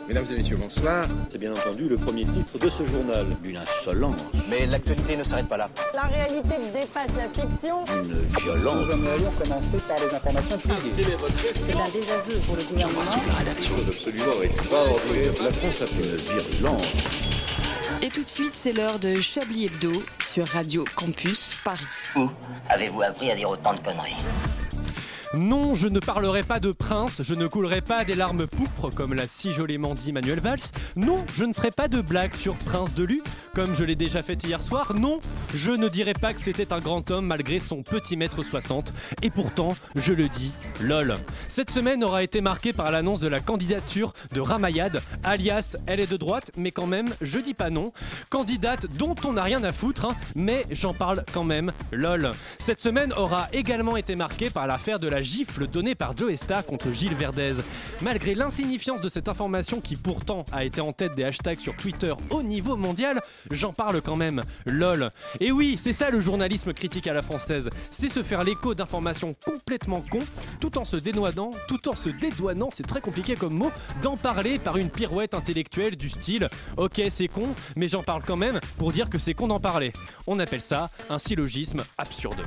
Mesdames et messieurs, bonsoir. C'est bien entendu le premier titre de ce journal. Une insolence. Mais l'actualité ne s'arrête pas là. La réalité dépasse la fiction. Une violence. Nous aimerions commencer par les informations privées. C'est un désaveu pour le gouvernement. La rédaction C'est absolument extraordinaire. La France a fait une virulence. Et tout de suite, c'est l'heure de Chablis Hebdo sur Radio Campus Paris. Où avez-vous appris à dire autant de conneries ? Non, je ne parlerai pas de prince, je ne coulerai pas des larmes pourpres comme l'a si joliment dit Manuel Valls. Non, je ne ferai pas de blagues sur Prince de Lu comme je l'ai déjà fait hier soir. Non, je ne dirai pas que c'était un grand homme malgré son petit mètre 60. Et pourtant, je le dis, lol. Cette semaine aura été marquée par l'annonce de la candidature de Ramayad, alias elle est de droite, mais quand même, je dis pas non. Candidate dont on n'a rien à foutre, hein, mais j'en parle quand même, lol. Cette semaine aura également été marquée par l'affaire de la gifle donnée par Joe Esta contre Gilles Verdez. Malgré l'insignifiance de cette information qui pourtant a été en tête des hashtags sur Twitter au niveau mondial, j'en parle quand même, lol. Et oui, c'est ça le journalisme critique à la française, c'est se faire l'écho d'informations complètement cons, tout en se dédouanant, c'est très compliqué comme mot, d'en parler par une pirouette intellectuelle du style « Ok, c'est con, mais j'en parle quand même pour dire que c'est con d'en parler ». On appelle ça un syllogisme absurde.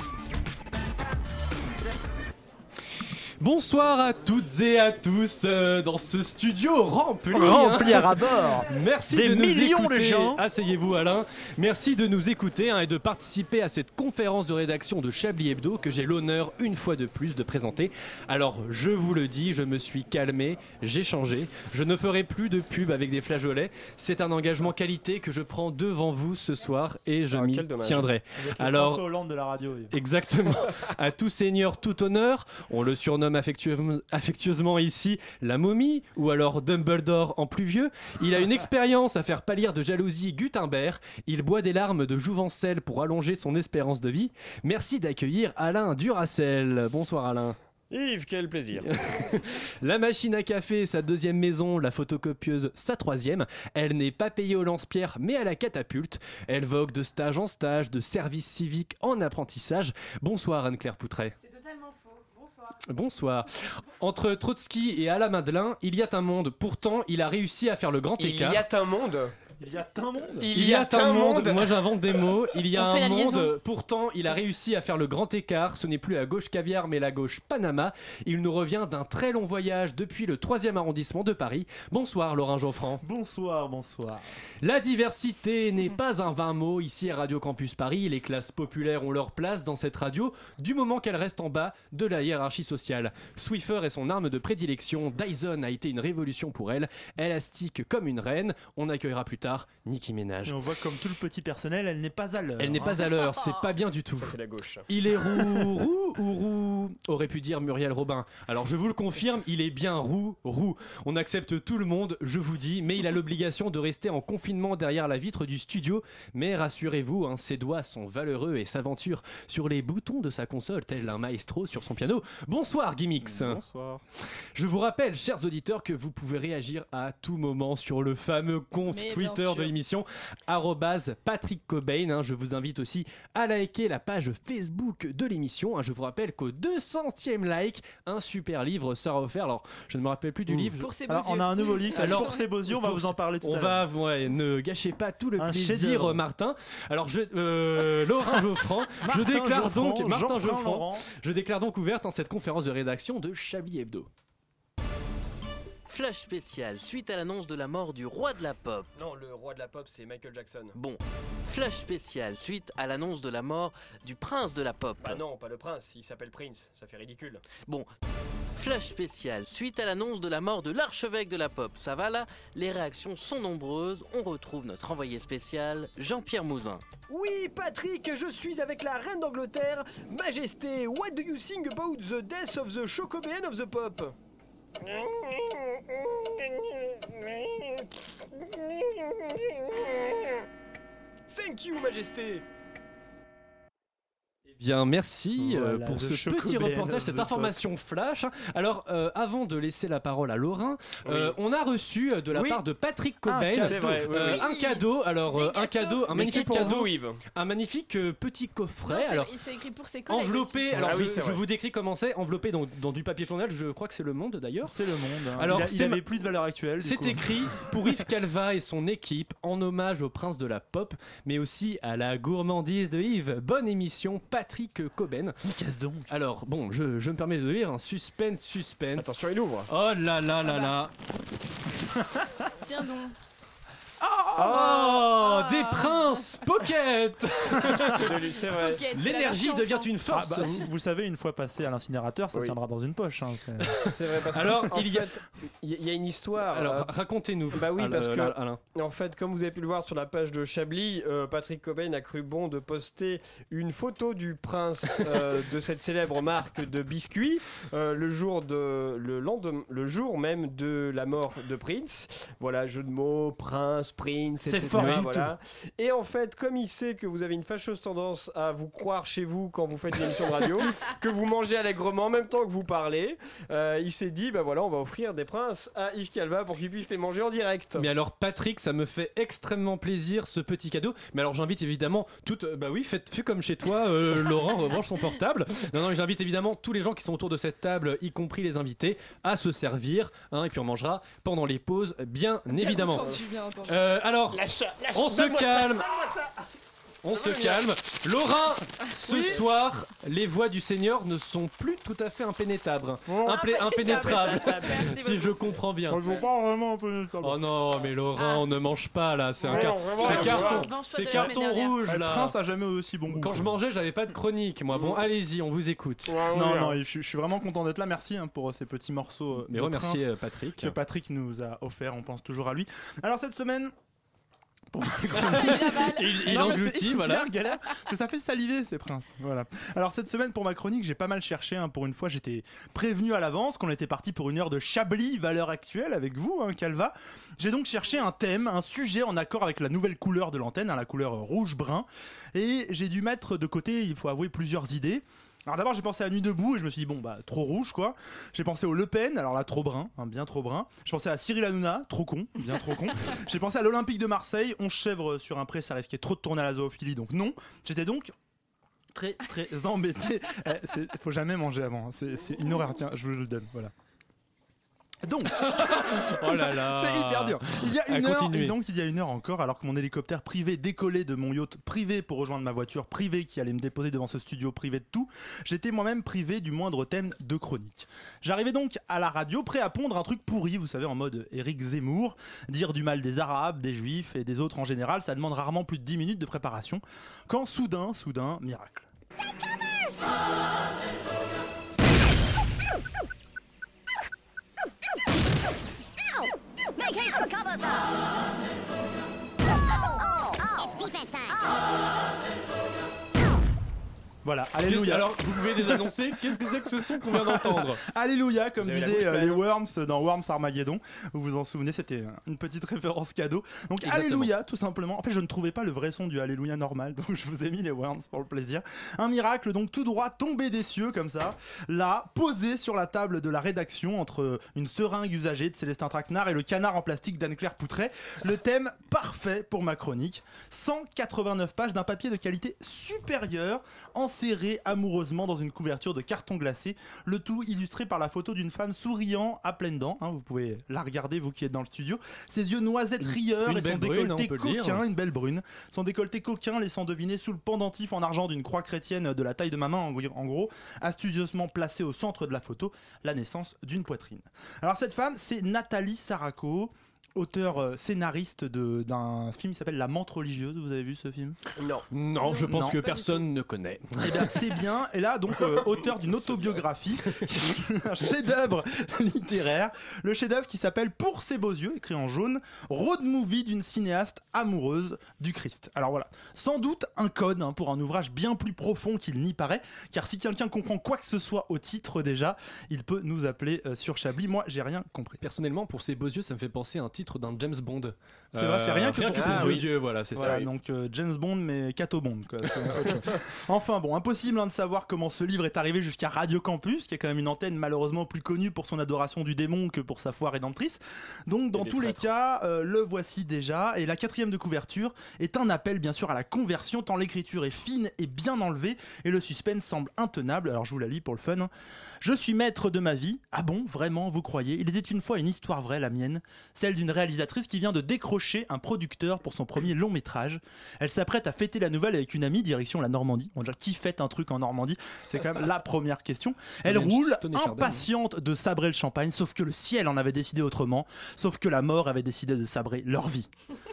Bonsoir à toutes et à tous dans ce studio rempli à ras-bord. Merci des de nous millions écouter. de gens. Asseyez-vous Alain. Merci de nous écouter et de participer à cette conférence de rédaction de Chablis Hebdo que j'ai l'honneur une fois de plus de présenter. Alors je vous le dis, je me suis calmé, j'ai changé. Je ne ferai plus de pub avec des flageolets. C'est un engagement qualité que je prends devant vous ce soir et je m'y tiendrai. Alors François Hollande de la radio. Oui. Exactement. À tout seigneur, tout honneur. On le surnomme affectueusement ici la momie ou alors Dumbledore en plus vieux. Il a une expérience à faire pâlir de jalousie Gutenberg. Il boit des larmes de jouvencelle pour allonger son espérance de vie. Merci d'accueillir Alain Duracell. Bonsoir Alain. Yves, quel plaisir. La machine à café, sa deuxième maison, la photocopieuse, sa troisième. Elle n'est pas payée au lance-pierre, mais à la catapulte. Elle vogue de stage en stage, de service civique en apprentissage. Bonsoir Anne-Claire Poutret. Bonsoir. Entre Trotsky et Alain Madelin, il y a un monde. Pourtant, il a réussi à faire le grand écart. Il y a un monde. Il y a un monde. Moi, j'invente des mots. Il y a un monde. Pourtant, il a réussi à faire le grand écart. Ce n'est plus la gauche caviar, mais la gauche Panama. Il nous revient d'un très long voyage depuis le 3e arrondissement de Paris. Bonsoir, Laurent Geoffrand. Bonsoir. La diversité n'est pas un vain mot. Ici, à Radio Campus Paris, les classes populaires ont leur place dans cette radio du moment qu'elle reste en bas de la hiérarchie sociale. Swiffer est son arme de prédilection. Dyson a été une révolution pour elle. Élastique comme une reine. On accueillera plus tard Nicki Minaj. Et on voit comme tout le petit personnel, elle n'est pas à l'heure. Elle n'est pas à l'heure, c'est pas bien du tout. Ça, c'est la gauche. Il est roux, aurait pu dire Muriel Robin. Alors je vous le confirme, il est bien roux. On accepte tout le monde, je vous dis, mais il a l'obligation de rester en confinement derrière la vitre du studio. Mais rassurez-vous, ses doigts sont valeureux et s'aventurent sur les boutons de sa console, tel un maestro sur son piano. Bonsoir Gimmicks. Bonsoir. Je vous rappelle, chers auditeurs, que vous pouvez réagir à tout moment sur le fameux compte Twitter de l'émission @Patrick Cobain. Je vous invite aussi à liker la page Facebook de l'émission. Je vous rappelle qu'au 200e like, un super livre sera offert. Alors, je ne me rappelle plus du livre. Pour ses beaux Alors, on a un nouveau livre. Pour ses beaux yeux, on va vous en parler tout à l'heure. Ne gâchez pas tout le plaisir, Martin. Alors, Laurent Geoffrand, je déclare donc ouverte cette conférence de rédaction de Chablis Hebdo. Flash spécial, suite à l'annonce de la mort du roi de la pop. Non, le roi de la pop, c'est Michael Jackson. Bon, flash spécial, suite à l'annonce de la mort du prince de la pop. Bah non, pas le prince, il s'appelle Prince, ça fait ridicule. Bon, flash spécial, suite à l'annonce de la mort de l'archevêque de la pop. Ça va là, les réactions sont nombreuses. On retrouve notre envoyé spécial, Jean-Pierre Mouzin. Oui, Patrick, je suis avec la reine d'Angleterre. Majesté, what do you think about the death of the Chocobéenne of the pop? Thank you, Majesté. Bien, merci pour ce petit reportage, cette information flash. Alors, avant de laisser la parole à Laurin, on a reçu de la part de Patrick Cobain un cadeau. Alors, un cadeau, un magnifique cadeau, Yves. Un magnifique petit coffret. Alors, il s'est écrit pour ses collègues. Enveloppé. Alors, je vous décris comment c'est. Enveloppé dans du papier journal. Je crois que c'est Le Monde d'ailleurs. C'est Le Monde. Hein. Alors, il avait plus de valeur actuelle. C'est écrit pour Yves Calva et son équipe en hommage au prince de la pop, mais aussi à la gourmandise de Yves. Bonne émission, Patrick Cobain. Qu'est-ce donc ? Alors, bon, je me permets de lire un suspense. Attention, il ouvre. Oh là là là là. Tiens donc. Des princes Pocket. C'est vrai. L'énergie devient une force. Vous savez, une fois passé à l'incinérateur, ça tiendra dans une poche. Hein, c'est vrai parce alors il y a une histoire. Alors racontez-nous. Bah oui, parce que Alain. En fait, comme vous avez pu le voir sur la page de Chablis, Patrick Cobain a cru bon de poster une photo du prince de cette célèbre marque de biscuits le jour même de la mort de Prince. Voilà, jeu de mots, prince, Prince, etc. C'est fort, voilà. Et en fait, comme il sait que vous avez une fâcheuse tendance à vous croire chez vous quand vous faites une émission de radio, que vous mangez allègrement en même temps que vous parlez, il s'est dit, bah voilà, on va offrir des princes à Yves Calva pour qu'il puisse les manger en direct. Mais alors Patrick, ça me fait extrêmement plaisir ce petit cadeau. Mais alors j'invite évidemment fais comme chez toi, Laurent, rebranche son portable. Non, j'invite évidemment tous les gens qui sont autour de cette table, y compris les invités, à se servir, et puis on mangera pendant les pauses, bien évidemment. Bien entendu. Alors, on se calme. On se calme. Laurent, ce soir, les voix du Seigneur ne sont plus tout à fait impénétrables. Impénétrables, si je comprends bien. Elles sont pas vraiment impénétrables. Oh non, mais Laurent, on ne mange pas là. C'est un carton rouge là. Le prince a jamais aussi bon goût. Quand je mangeais, j'avais pas de chronique. Moi, bon, allez-y, on vous écoute. Non, je suis vraiment content d'être là. Merci pour ces petits morceaux. Mais remerciez Patrick. Que Patrick nous a offert. On pense toujours à lui. Alors cette semaine. Il engloutit, voilà. Galère, ça fait saliver ces princes. Voilà. Alors cette semaine pour ma chronique, j'ai pas mal cherché. Pour une fois, j'étais prévenu à l'avance qu'on était parti pour une heure de Chablis, valeur actuelle avec vous, Calva. J'ai donc cherché un thème, un sujet en accord avec la nouvelle couleur de l'antenne, la couleur rouge-brun. Et j'ai dû mettre de côté, il faut avouer, plusieurs idées. Alors d'abord j'ai pensé à Nuit debout et je me suis dit trop rouge quoi. J'ai pensé au Le Pen, alors là trop brun, bien trop brun. Je pensais à Cyril Hanouna, trop con, bien trop con. J'ai pensé à l'Olympique de Marseille, 11 chèvres sur un pré, ça risquait trop de tourner à la zoophilie, donc non. J'étais donc très très embêté. Faut jamais manger avant, c'est une horreur, tiens je vous le donne, voilà. Donc, oh là là, c'est hyper dur. Il y a une heure, et donc il y a une heure encore, alors que mon hélicoptère privé décollait de mon yacht privé pour rejoindre ma voiture privée qui allait me déposer devant ce studio privé de tout, j'étais moi-même privé du moindre thème de chronique. J'arrivais donc à la radio prêt à pondre un truc pourri, vous savez, en mode Éric Zemmour, dire du mal des Arabes, des Juifs et des autres en général, ça demande rarement plus de 10 minutes de préparation, quand soudain, miracle. Make haste, recover, sir! It's defense time! Voilà, alléluia. Alors, vous pouvez désannoncer, qu'est-ce que c'est que ce son qu'on vient d'entendre? Alléluia, comme disaient les Worms dans Worms Armageddon. Vous vous en souvenez, c'était une petite référence cadeau. Donc, exactement. Alléluia, tout simplement. En fait, je ne trouvais pas le vrai son du Alléluia normal, donc je vous ai mis les Worms pour le plaisir. Un miracle, donc tout droit tombé des cieux, comme ça, là, posé sur la table de la rédaction, entre une seringue usagée de Célestin Traquenard et le canard en plastique d'Anne-Claire Poutret. Le thème parfait pour ma chronique. 189 pages d'un papier de qualité supérieure, serré amoureusement dans une couverture de carton glacé, le tout illustré par la photo d'une femme souriant à pleines dents, vous pouvez la regarder vous qui êtes dans le studio, ses yeux noisettes rieurs et son décolleté coquin, une belle brune, son décolleté coquin laissant deviner sous le pendentif en argent d'une croix chrétienne de la taille de ma main en gros, astucieusement placée au centre de la photo, la naissance d'une poitrine. Alors cette femme, c'est Nathalie Saraco, auteur scénariste d'un film qui s'appelle La Menthe religieuse. Vous avez vu ce film? Non, je pense que personne ne connaît. Eh bien, c'est bien. Et là, donc, auteur d'une autobiographie, un chef-d'œuvre littéraire. Le chef-d'œuvre qui s'appelle Pour ses beaux yeux, écrit en jaune, road movie d'une cinéaste amoureuse du Christ. Alors voilà, sans doute un code pour un ouvrage bien plus profond qu'il n'y paraît, car si quelqu'un comprend quoi que ce soit au titre déjà, il peut nous appeler sur Chablis. Moi, j'ai rien compris. Personnellement, Pour ses beaux yeux, ça me fait penser à un titre titre d'un James Bond. C'est vrai, c'est rien que pour ses yeux, voilà, c'est ça. Donc James Bond, mais Cato Bond. Quoi. Enfin bon, impossible de savoir comment ce livre est arrivé jusqu'à Radio Campus, qui est quand même une antenne malheureusement plus connue pour son adoration du démon que pour sa foi rédemptrice. Donc dans tous les cas, le voici déjà. Et la 4e de couverture est un appel bien sûr à la conversion, tant l'écriture est fine et bien enlevée, et le suspense semble intenable. Alors je vous la lis pour le fun. Je suis maître de ma vie. Ah bon, vraiment, vous croyez ? Il était une fois une histoire vraie, la mienne, celle d'une réalisatrice qui vient de décrocher un producteur pour son premier long métrage. Elle s'apprête à fêter la nouvelle avec une amie, direction la Normandie. On dirait qui fête un truc en Normandie ? C'est quand même la première question. Elle roule, impatiente de sabrer le champagne, sauf que le ciel en avait décidé autrement, sauf que la mort avait décidé de sabrer leur vie.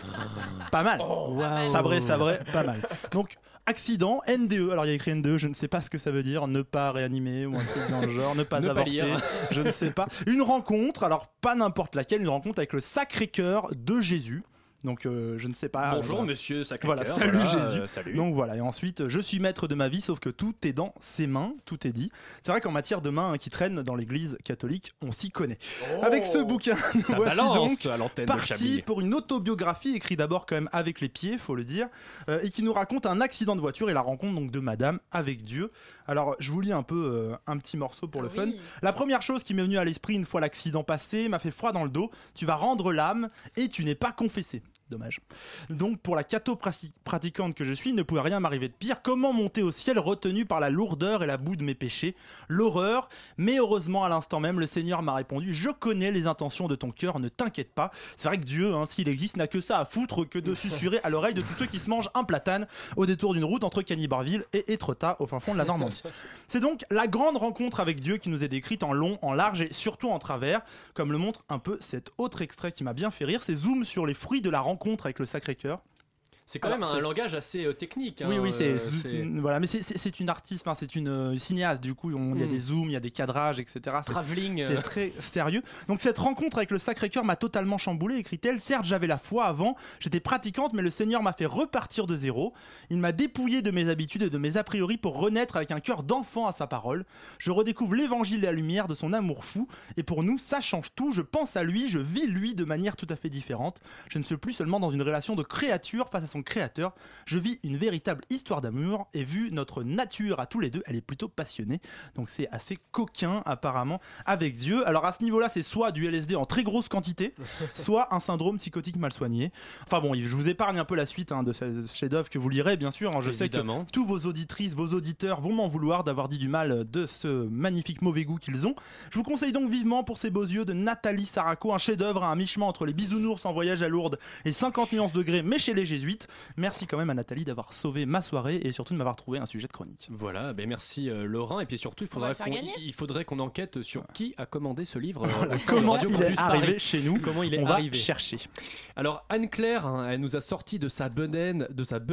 Pas mal. Sabrer, pas mal. Donc, accident, NDE. Alors il y a écrit NDE, je ne sais pas ce que ça veut dire, ne pas réanimer ou un truc dans le genre, ne pas avorter, je ne sais pas. Une rencontre, alors pas n'importe laquelle, une rencontre avec le Sacré-Cœur de Jésus. Donc je ne sais pas. Bonjour monsieur Sacré-Cœur. Voilà, salut Jésus. Salut. Donc voilà, et ensuite je suis maître de ma vie, sauf que tout est dans ses mains, tout est dit. C'est vrai qu'en matière de mains qui traînent dans l'église catholique, on s'y connaît. Avec ce bouquin, ça voici balance donc à l'antenne parti pour une autobiographie écrite d'abord quand même avec les pieds, faut le dire, et qui nous raconte un accident de voiture et la rencontre donc de Madame avec Dieu. Alors je vous lis un peu un petit morceau pour le fun. La première chose qui m'est venue à l'esprit une fois l'accident passé m'a fait froid dans le dos. Tu vas rendre l'âme et tu n'es pas confessé. Dommage. Donc pour la catho-pratiquante que je suis, il ne pouvait rien m'arriver de pire. Comment monter au ciel retenu par la lourdeur et la boue de mes péchés, l'horreur. Mais heureusement à l'instant même, le Seigneur m'a répondu: je connais les intentions de ton cœur, ne t'inquiète pas. C'est vrai que Dieu, s'il existe, n'a que ça à foutre que de susurrer à l'oreille de tous ceux qui se mangent un platane au détour d'une route entre Canibarville et Étretat au fin fond de la Normandie. C'est donc la grande rencontre avec Dieu qui nous est décrite en long, en large et surtout en travers, comme le montre un peu cet autre extrait qui m'a bien fait rire. C'est zoom sur les fruits de la rencontre avec le Sacré-Cœur. C'est quand même un langage assez technique. Oui, voilà, mais c'est une artiste, c'est une cinéaste. Du coup, il y a des zooms, il y a des cadrages, etc. Travelling. C'est très sérieux. Donc cette rencontre avec le Sacré-Cœur m'a totalement chamboulé, écrit-elle. Certes, j'avais la foi avant, j'étais pratiquante, mais le Seigneur m'a fait repartir de zéro. Il m'a dépouillé de mes habitudes et de mes a priori pour renaître avec un cœur d'enfant à sa parole. Je redécouvre l'évangile et la lumière de son amour fou. Et pour nous, ça change tout. Je pense à lui, je vis lui de manière tout à fait différente. Je ne suis plus seulement dans une relation de créature face à son créateur. Je vis une véritable histoire d'amour et vu notre nature à tous les deux, elle est plutôt passionnée. Donc c'est assez coquin apparemment avec Dieu. Alors à ce niveau-là, c'est soit du LSD en très grosse quantité, soit un syndrome psychotique mal soigné. Enfin bon, je vous épargne un peu la suite de ce chef-d'œuvre que vous lirez bien sûr. Je sais que tous vos auditrices, vos auditeurs vont m'en vouloir d'avoir dit du mal de ce magnifique mauvais goût qu'ils ont. Je vous conseille donc vivement Pour ses beaux yeux de Nathalie Saraco, un chef-d'œuvre à un mi-chemin entre les Bisounours en voyage à Lourdes et 50 nuances degrés mais chez les jésuites. Merci quand même à Nathalie d'avoir sauvé ma soirée et surtout de m'avoir trouvé un sujet de chronique. Voilà, merci Laurent. Et puis surtout, il faudrait qu'on enquête sur qui a commandé ce livre. Comment il est arrivé chez nous. Comment il est arrivé. Chercher. Alors Anne-Claire, elle nous a sorti de sa bedaine,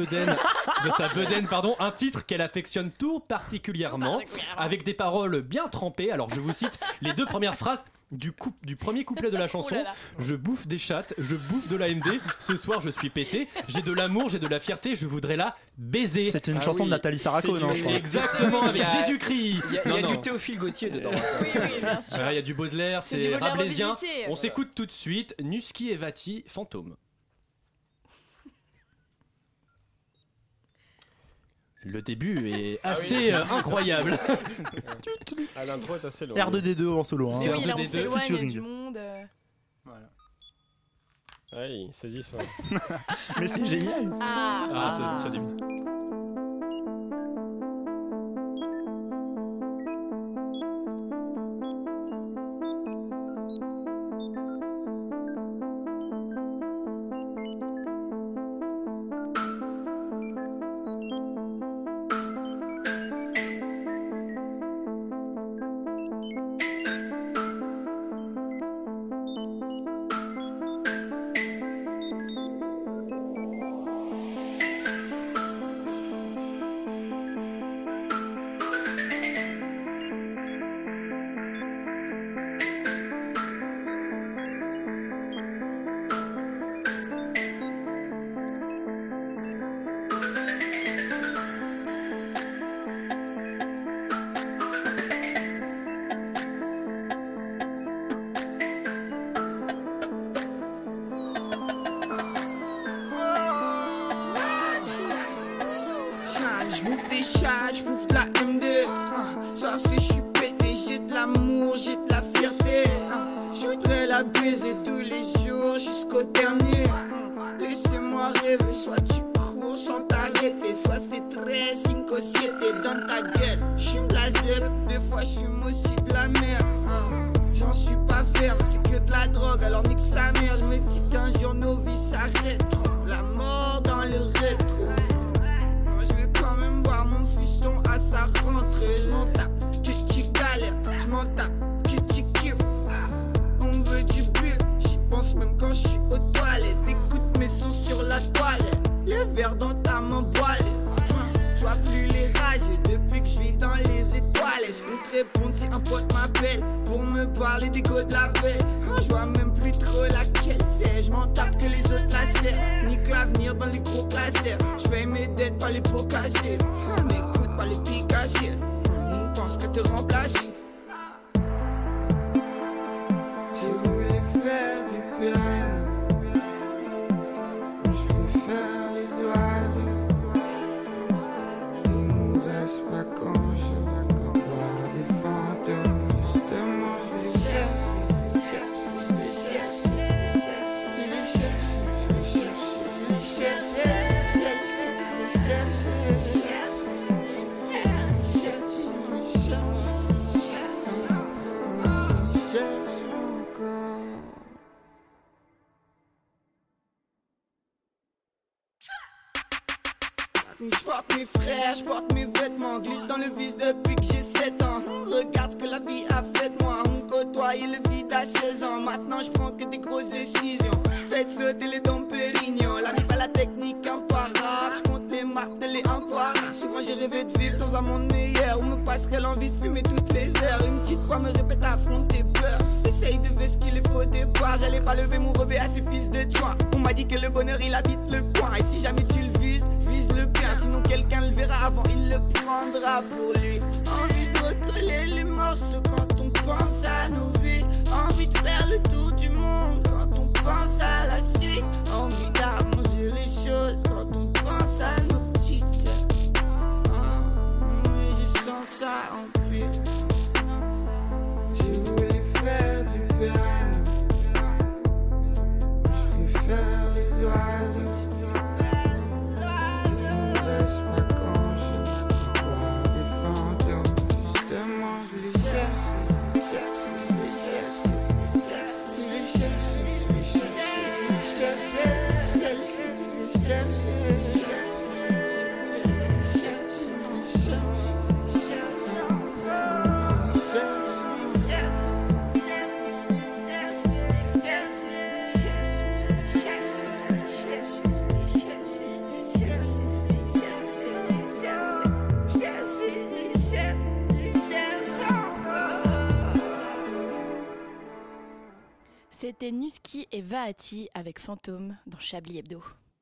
un titre qu'elle affectionne tout particulièrement, avec des paroles bien trempées. Alors je vous cite les 2 premières phrases du premier couplet de la chanson. Je bouffe des chattes, je bouffe de l'AMD, ce soir je suis pété, j'ai de l'amour, j'ai de la fierté, je voudrais la baiser. C'était une chanson de Nathalie Saraco, non? Exactement, avec Jésus-Christ. Il y a du Théophile Gautier dedans. Oui, bien sûr. Il y a du Baudelaire, c'est rabelaisien. On s'écoute tout de suite Nuski et Vati, Fantôme. Le début est assez incroyable. L'intro est assez longue. R2D2 en solo. C'est oui, là on s'éloigne, il y a du monde. Voilà. Ouais, saisissant. Mais c'est génial. Ça débute. J'bouffe des chats, j'bouffe de la M2. Ça c'est j'suis pété, j'ai de l'amour, j'ai de la fierté. J'voudrais la baiser tous les jours jusqu'au dernier. Laissez-moi rêver, soit tu cours sans t'arrêter, soit c'est très 5-7 dans ta gueule. J'fume de la zèbre, des fois j'fume aussi de la merde. J'en suis pas ferme, c'est que de la drogue, alors nique sa mère. Je me dis qu'un jour nos vies s'arrêteront. La mort dans le rétro. Moi je vais quand même voir mon fiston à sa rentrée. Je m'en tape, que tu galères, je m'en tape, que tu kiffes. On veut du but, j'y pense même quand je suis aux toilettes. Écoute mes sons sur la toilette, le verre dans ta main voilée. Je vois plus les rages depuis que je vis dans les étoiles. Je compte répondre si un pote m'appelle pour me parler des go de la veille. Je vois même plus trop laquelle c'est. Je m'en tape que les autres la serrent. Nique l'avenir dans les gros placers. Je paye mes dettes, pas les pots cachés. N'écoute pas les pics cachés. Ils pensent que te remplacer. Tu voulais faire du piano. Je préfère les oiseaux. Reste pas quand je vois des fantômes. Justement je les cherche, je les cherche, je les cherche, je les cherche, je les cherche, je les cherche, je les cherche, je les cherche encore. Je porte mes frères, je porte mes vêtements, glisse dans le vice depuis que j'ai 7 ans. Regarde ce que la vie a fait de moi, on côtoyait le vide à 16 ans. Maintenant je prends que des grosses décisions, faites sauter les dons Pérignon. La vie pas la technique imparable, je compte les marteler un par un. Souvent j'ai rêvé de vivre dans un monde meilleur où me passerait l'envie de fumer toutes les heures. Une petite voix me répète affronte tes peurs. Essaye de faire ce qu'il faut départ, j'allais pas lever mon revêt à ces fils de joint. On m'a dit que le bonheur il habite le coin, et si jamais tu le vises, vise-le bien, sinon quelqu'un le verra avant, il le prendra pour lui. Envie de recoller les morceaux quand on pense à nos vies. Envie de faire le tour du monde quand on pense à la suite. Envie d'arranger les choses quand on pense à nos petites sœurs. Mais je sens que ça empire. Tu voulais faire du piano, je préfère les oiseaux. Reste pas quand je vois des fantômes. Justement je les cherche, je les cherche, je les cherche, je les cherche, je les cherche, je les cherche, je les cherche, je les cherche. C'était Nuski et Vaati avec Fantôme dans Chablis Hebdo.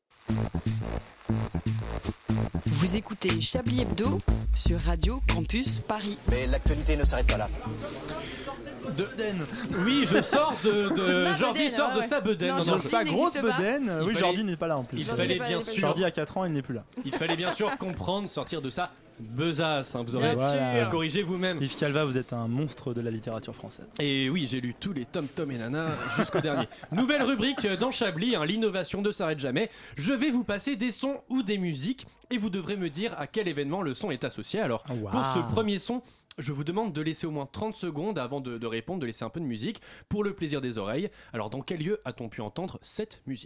Vous écoutez Chablis Hebdo sur Radio Campus Paris. Mais l'actualité ne s'arrête pas là. Oui, je sors de Jordi sort de sa bedaine. Non, sa grosse bedaine. Oui, fallait... Jordi n'est pas là en plus. Il fallait bien sûr. Jordi a 4 ans, il n'est plus là. Il fallait bien sûr comprendre, sortir de sa besace. Hein. Vous aurez corrigé vous-même. Yves Calva, vous êtes un monstre de la littérature française. Et oui, j'ai lu tous les Tom et Nana jusqu'au dernier. Nouvelle rubrique dans Chablis, l'innovation ne s'arrête jamais. Je vais vous passer des sons ou des musiques et vous devrez me dire à quel événement le son est associé. Alors, pour ce premier son, je vous demande de laisser au moins 30 secondes avant de répondre, de laisser un peu de musique pour le plaisir des oreilles. Alors, dans quel lieu a-t-on pu entendre cette musique ?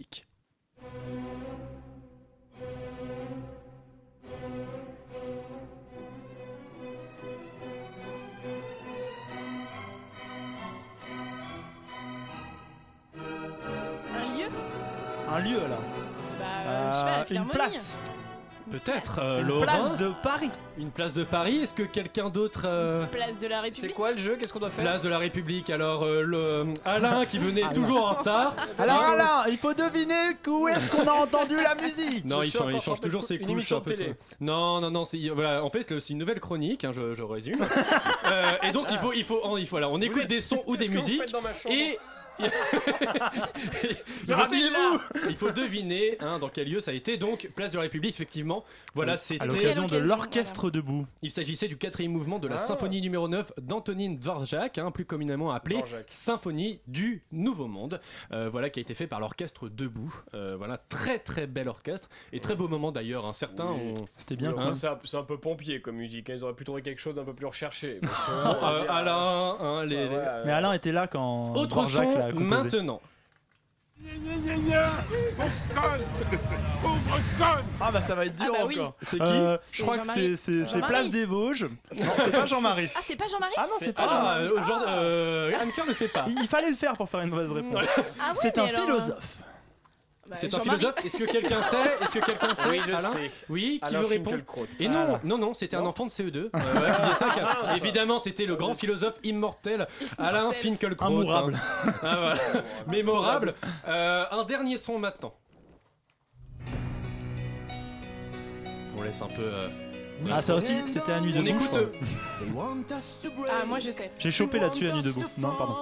Un lieu alors je sais pas, la une place. Peut-être une place de Paris. Une place de Paris. Est-ce que quelqu'un d'autre Place de la République. C'est quoi le jeu? Qu'est-ce qu'on doit faire? Place de la République. Alors Alain qui venait toujours en retard. Alors Alain, il faut deviner où est-ce qu'on a entendu la musique. Non, il change toujours ses couches. Une émission de télé. Non, voilà. En fait, c'est une nouvelle chronique. Hein, je résume. Et donc il faut. Voilà, on écoute des sons ou des musiques Il faut deviner dans quel lieu ça a été. Donc, place de la République, effectivement. Voilà, c'était à l'occasion de l'orchestre debout. Il s'agissait du 4e mouvement de la symphonie numéro 9 d'Antonin Dvorak, plus communément appelée Symphonie du Nouveau Monde. Voilà, qui a été fait par l'orchestre debout. Voilà, très très bel orchestre et très beau moment d'ailleurs. Certains ont. C'était bien. C'est un peu pompier comme musique. Ils auraient pu trouver quelque chose d'un peu plus recherché. Alain, mais Alain était là quand. Autre son l'a composé. Maintenant. Ah bah ça va être dur oui. encore. C'est qui je crois que c'est Place des Vosges. Non, c'est pas Jean-Marie. Ah, c'est pas Jean-Marie. Ah non, c'est pas Jean-Marie. Anne-Claire ne sait pas. Il fallait le faire pour faire une mauvaise réponse. Ah ouais, c'est un philosophe. C'est un philosophe. Est-ce que quelqu'un sait Oui, je Alain sais. Oui, qui veut répondre? Et non, c'était un enfant de CE2. Qui disait ça. Évidemment, c'était le grand philosophe immortel Alain Finkielkraut. Immourable. Voilà. Mémorable. Un dernier son maintenant. Je vous laisse un peu. Ah, ça aussi, c'était à Nuit debout. On écoute. Ah, moi je sais. J'ai chopé là-dessus à Nuit debout. Non, pardon.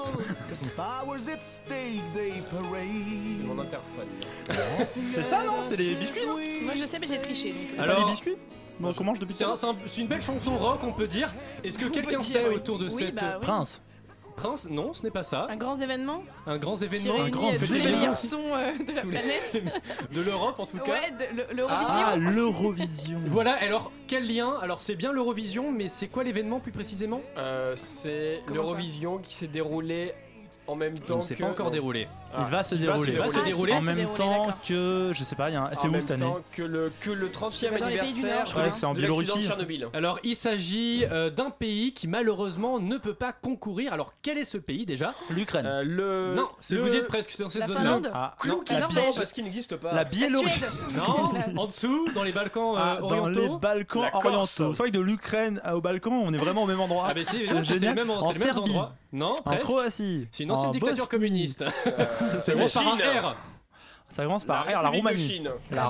C'est mon interphone. C'est ça, non? C'est les biscuits, non? Moi je le sais, mais j'ai triché. Donc... Alors, pas les biscuits? Non, comment je depuis c'est une belle chanson rock, on peut dire. Est-ce que quelqu'un sait autour de cette Prince? Prince, non, ce n'est pas ça. Un grand événement. Un grand Qui événement. réunit tous les meilleurs sons de la planète. De l'Europe en tout cas. Ouais, l'Eurovision. Ah, l'Eurovision. Voilà, alors quel lien? Alors c'est bien l'Eurovision, mais c'est quoi l'événement plus précisément? C'est l'Eurovision qui s'est déroulé en même temps que... C'est pas encore déroulé. Il va se dérouler. En même temps que... Je sais pas, c'est où cette année? En même temps que le 30e anniversaire je crois que c'est en de l'accident de Biélorussie. Tchernobyl. Alors il s'agit d'un pays qui malheureusement ne peut pas concourir. Alors quel est ce pays déjà? L'Ukraine. Non, vous y êtes presque, c'est dans cette zone-là. Finlande. Parce qu'il n'existe pas. La Biélorussie. Non, en dessous, dans les Balkans orientaux. Dans les Balkans orientaux. C'est vrai que de l'Ukraine aux Balkans, on est vraiment au même endroit. Ah, mais c'est le même endroit. Non, en Croatie. C'est une ancienne dictature communiste. Ça commence par un R. Ça commence par R, la Roumanie.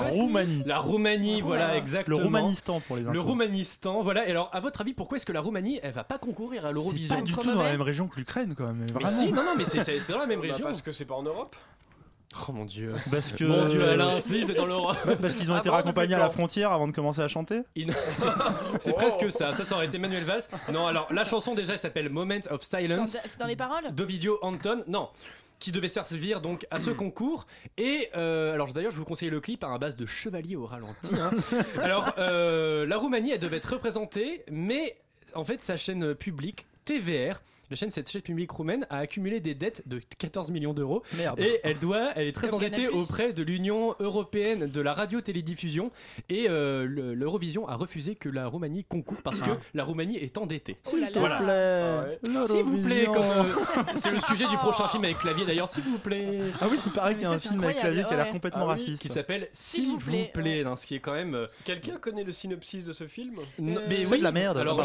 La Roumanie, voilà, exactement. Le Roumanistan pour les infos. Le Roumanistan, voilà. Et alors, à votre avis, pourquoi est-ce que la Roumanie, elle va pas concourir à l'Eurovision? C'est pas du tout dans la même région que l'Ukraine, quand même. Mais si, non, mais c'est dans la même région. Parce que c'est pas en Europe. Oh mon dieu. Parce que... Mon dieu, Alain, si, c'est dans l'Europe. Parce qu'ils ont été raccompagnés à la frontière avant de commencer à chanter. C'est presque ça. Ça aurait été Manuel Valls. Non, alors la chanson déjà, elle s'appelle Moment of Silence. C'est dans les paroles d'Ovidio Anton. Non. Qui devait servir donc à ce concours. Et alors d'ailleurs, je vous conseille le clip à base de chevalier au ralenti. Alors, la Roumanie, elle devait être représentée, mais en fait, sa chaîne publique, TVR, cette chaîne publique roumaine a accumulé des dettes de 14 millions d'euros. Merde. Et elle est très endettée auprès de l'Union européenne de la radio-télédiffusion. Et l'Eurovision a refusé que la Roumanie concourt parce que la Roumanie est endettée. S'il te plaît. S'il vous plaît, c'est le sujet du prochain film avec Clavier d'ailleurs, s'il vous plaît. Ah oui, il paraît qu'il y a un film avec Clavier qui a l'air complètement raciste. Qui s'appelle S'il vous plaît, ce qui est quand même... Quelqu'un connaît le synopsis de ce film? Mais c'est de la merde. Alors,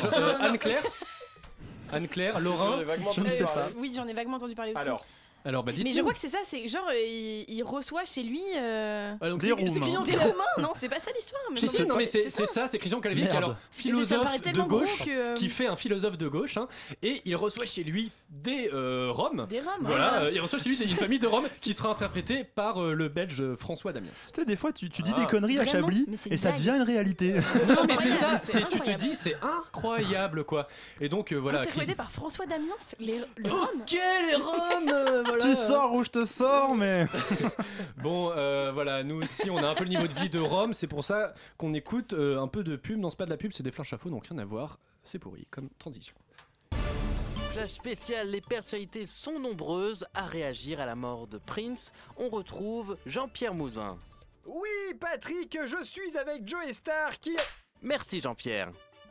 Anne-Claire, Laurent, je ne sais pas. Oui, j'en ai vaguement entendu parler aussi. Alors, mais je crois que c'est ça, c'est genre il reçoit chez lui donc des Roumains. Non, c'est pas ça l'histoire. Si, non, mais c'est ça, c'est Christian Clavier qui est alors philosophe de gauche, qui fait un philosophe de gauche, et il reçoit chez lui des Roms. Des Roms. Voilà, il reçoit chez lui une famille de Roms qui sera interprétée par le Belge François Damiens. Tu sais, des fois, tu dis des conneries à Chablis et ça devient une réalité. Non, mais c'est ça, tu te dis, c'est incroyable quoi. Et donc voilà. Interprété par François Damiens, les Roms. Ok, les Roms. Tu sors où je te sors, mais... Bon, voilà, nous aussi, on a un peu le niveau de vie de Rome. C'est pour ça qu'on écoute un peu de pub. Non, c'est pas de la pub, c'est des flashs infos, donc rien à voir. C'est pourri comme transition. Flash spécial, les personnalités sont nombreuses à réagir à la mort de Prince. On retrouve Jean-Pierre Mouzin. Oui, Patrick, je suis avec Joe Star qui... Merci Jean-Pierre.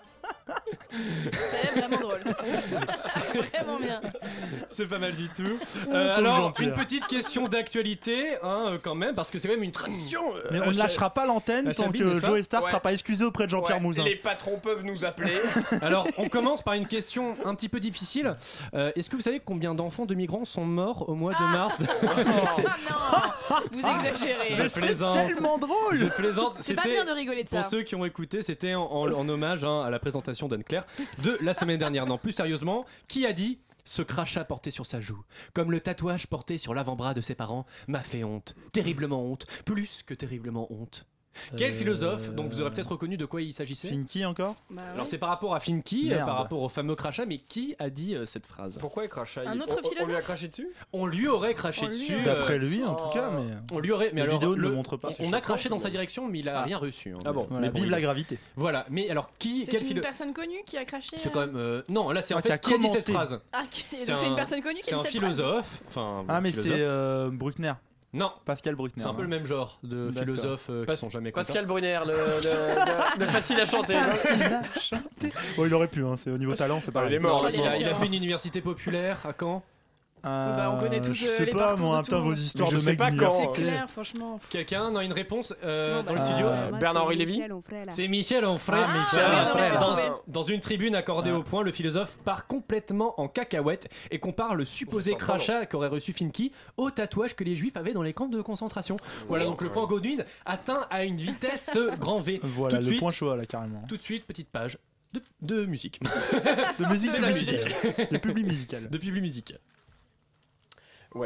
C'est vraiment drôle. C'est vraiment bien. C'est pas mal du tout. Alors, une petite question d'actualité, quand même, parce que c'est quand même une tradition. Mais on ne lâchera pas l'antenne tant que Joe Star sera pas excusé auprès de Jean-Pierre Mouzin. Les patrons peuvent nous appeler. Alors, on commence par une question un petit peu difficile. Est-ce que vous savez combien d'enfants de migrants sont morts au mois de mars non, vous exagérez. Je plaisante. C'est tellement drôle. Je plaisante. C'est pas bien de rigoler de ça. Pour ceux qui ont écouté, c'était en hommage à la présentation d'Anne-Claire de la semaine dernière. Non, plus sérieusement, qui a dit Ce crachat porté sur sa joue, comme le tatouage porté sur l'avant-bras de ses parents, m'a fait honte, terriblement honte, plus que terriblement honte. Quel philosophe, donc vous aurez peut-être reconnu de quoi il s'agissait. Finky encore. Alors c'est par rapport à Finky, par rapport au fameux crachat, mais qui a dit cette phrase? Pourquoi il crachat? Un autre philosophe. On lui a craché dessus? On lui aurait craché dessus. D'après lui en tout cas, mais on lui aurait. Mais les alors, vidéos ne le montrent pas. On a craché dans sa direction, mais il a rien reçu. Ah bon. Voilà, vive la gravité. Voilà, mais alors qui? C'est une personne connue qui a craché. C'est quand même. Non, là c'est en qui a fait qui a dit cette phrase. Ah, donc c'est une personne connue qui a dit cette phrase. C'est un philosophe. Enfin. Ah mais c'est Bruckner. Non, Pascal Bruckner. C'est un peu le même genre de philosophes qui sont jamais contents. Pascal Brunner, le facile à chanter. Bon, il aurait pu, c'est au niveau talent, c'est pas. Il est mort. Il a fait une université populaire à Caen. On connaît tous je sais les pas, moi, parcours de vos tout. histoires Je de sais mecs pas quand. C'est clair, franchement. Quelqu'un a une réponse dans le studio? Bernard-Henri Lévy. C'est Michel Onfray. Dans une tribune accordée au point, le philosophe part complètement en cacahuète et compare le supposé crachat qu'aurait reçu Finky au tatouage que les juifs avaient dans les camps de concentration. Voilà, donc le point Godwin atteint à une vitesse grand V. Voilà, le point chaud là carrément. Tout de suite, petite page de musique. De musique C'est la musicale. De public musical. De public musical. Ouais.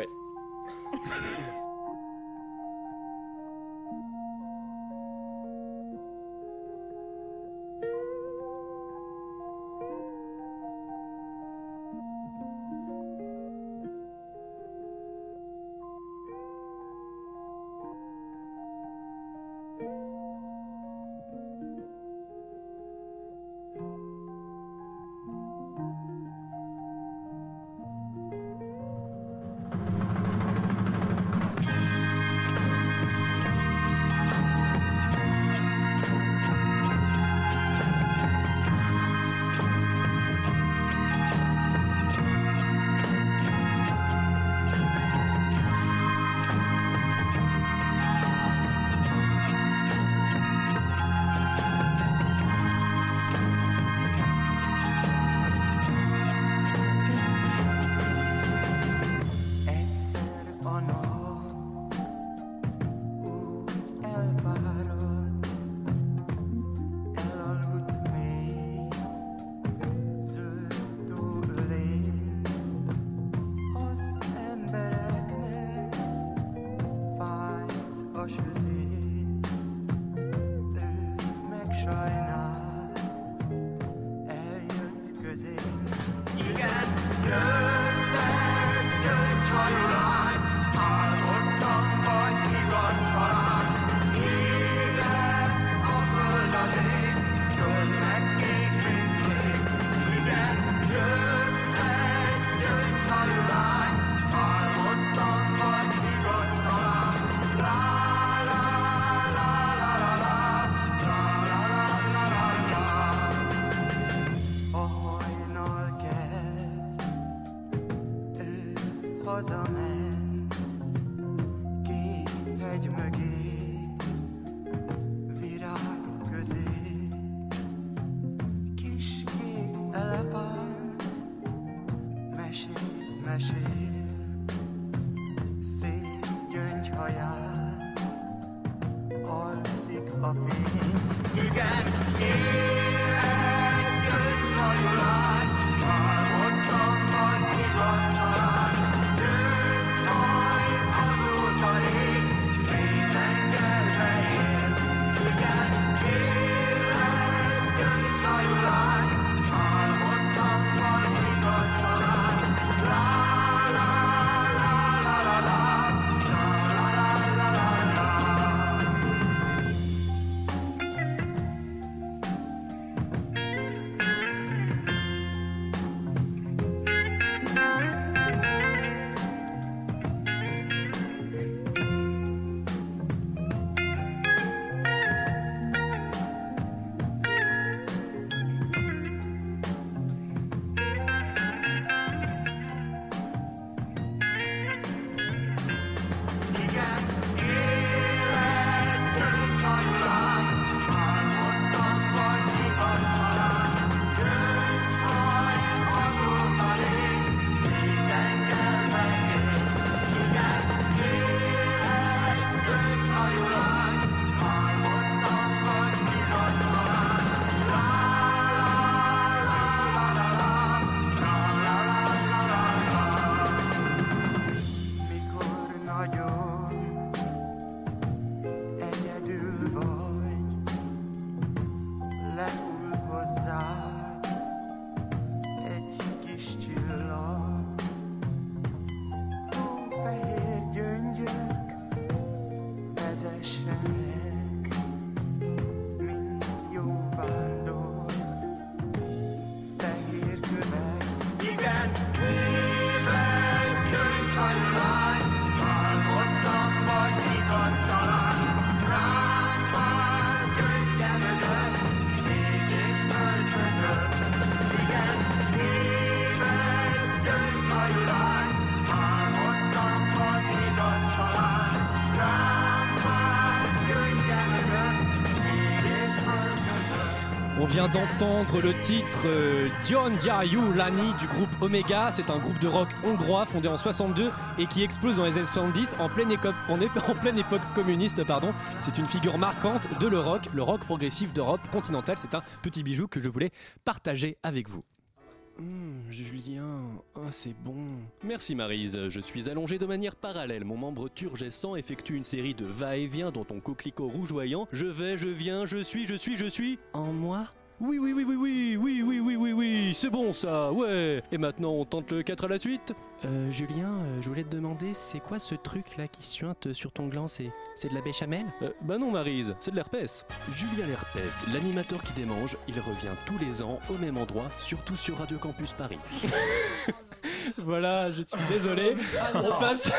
vient d'entendre le titre Gyöngyös Lani du groupe Omega. C'est un groupe de rock hongrois fondé en 62 et qui explose dans les années 70 en pleine époque communiste. C'est une figure marquante de le rock progressif d'Europe continentale. C'est un petit bijou que je voulais partager avec vous. Julien, c'est bon. Merci Maryse, je suis allongé de manière parallèle. Mon membre turgescent effectue une série de va-et-vient dans ton coquelicot rougeoyant. Je vais, je viens, je suis. En moi ? Oui, c'est bon ça, ouais. Et maintenant on tente le 4 à la suite. Julien, je voulais te demander, c'est quoi ce truc là qui suinte sur ton gland? C'est de la béchamel? Bah non Maryse, c'est de l'herpès. Julien l'herpès, l'animateur qui démange, il revient tous les ans au même endroit, surtout sur Radio Campus Paris. Voilà, je suis désolé. On passe.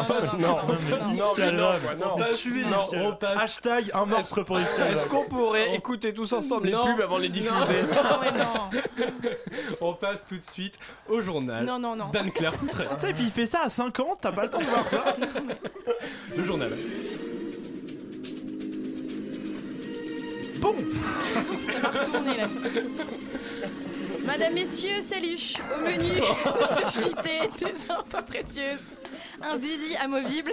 Hashtag un meurtre pour Yves. Est-ce qu'on pourrait écouter tous ensemble les pubs avant de les diffuser? On passe tout de suite au journal. Non. d'Anne-Claire Coutret. Et puis il fait ça à 5 ans, t'as pas le temps de voir ça. Le journal. Bon. Ça m'a retourné là. Madame, messieurs, salut. Au menu de ce JT, des infos précieuses, un zizi amovible,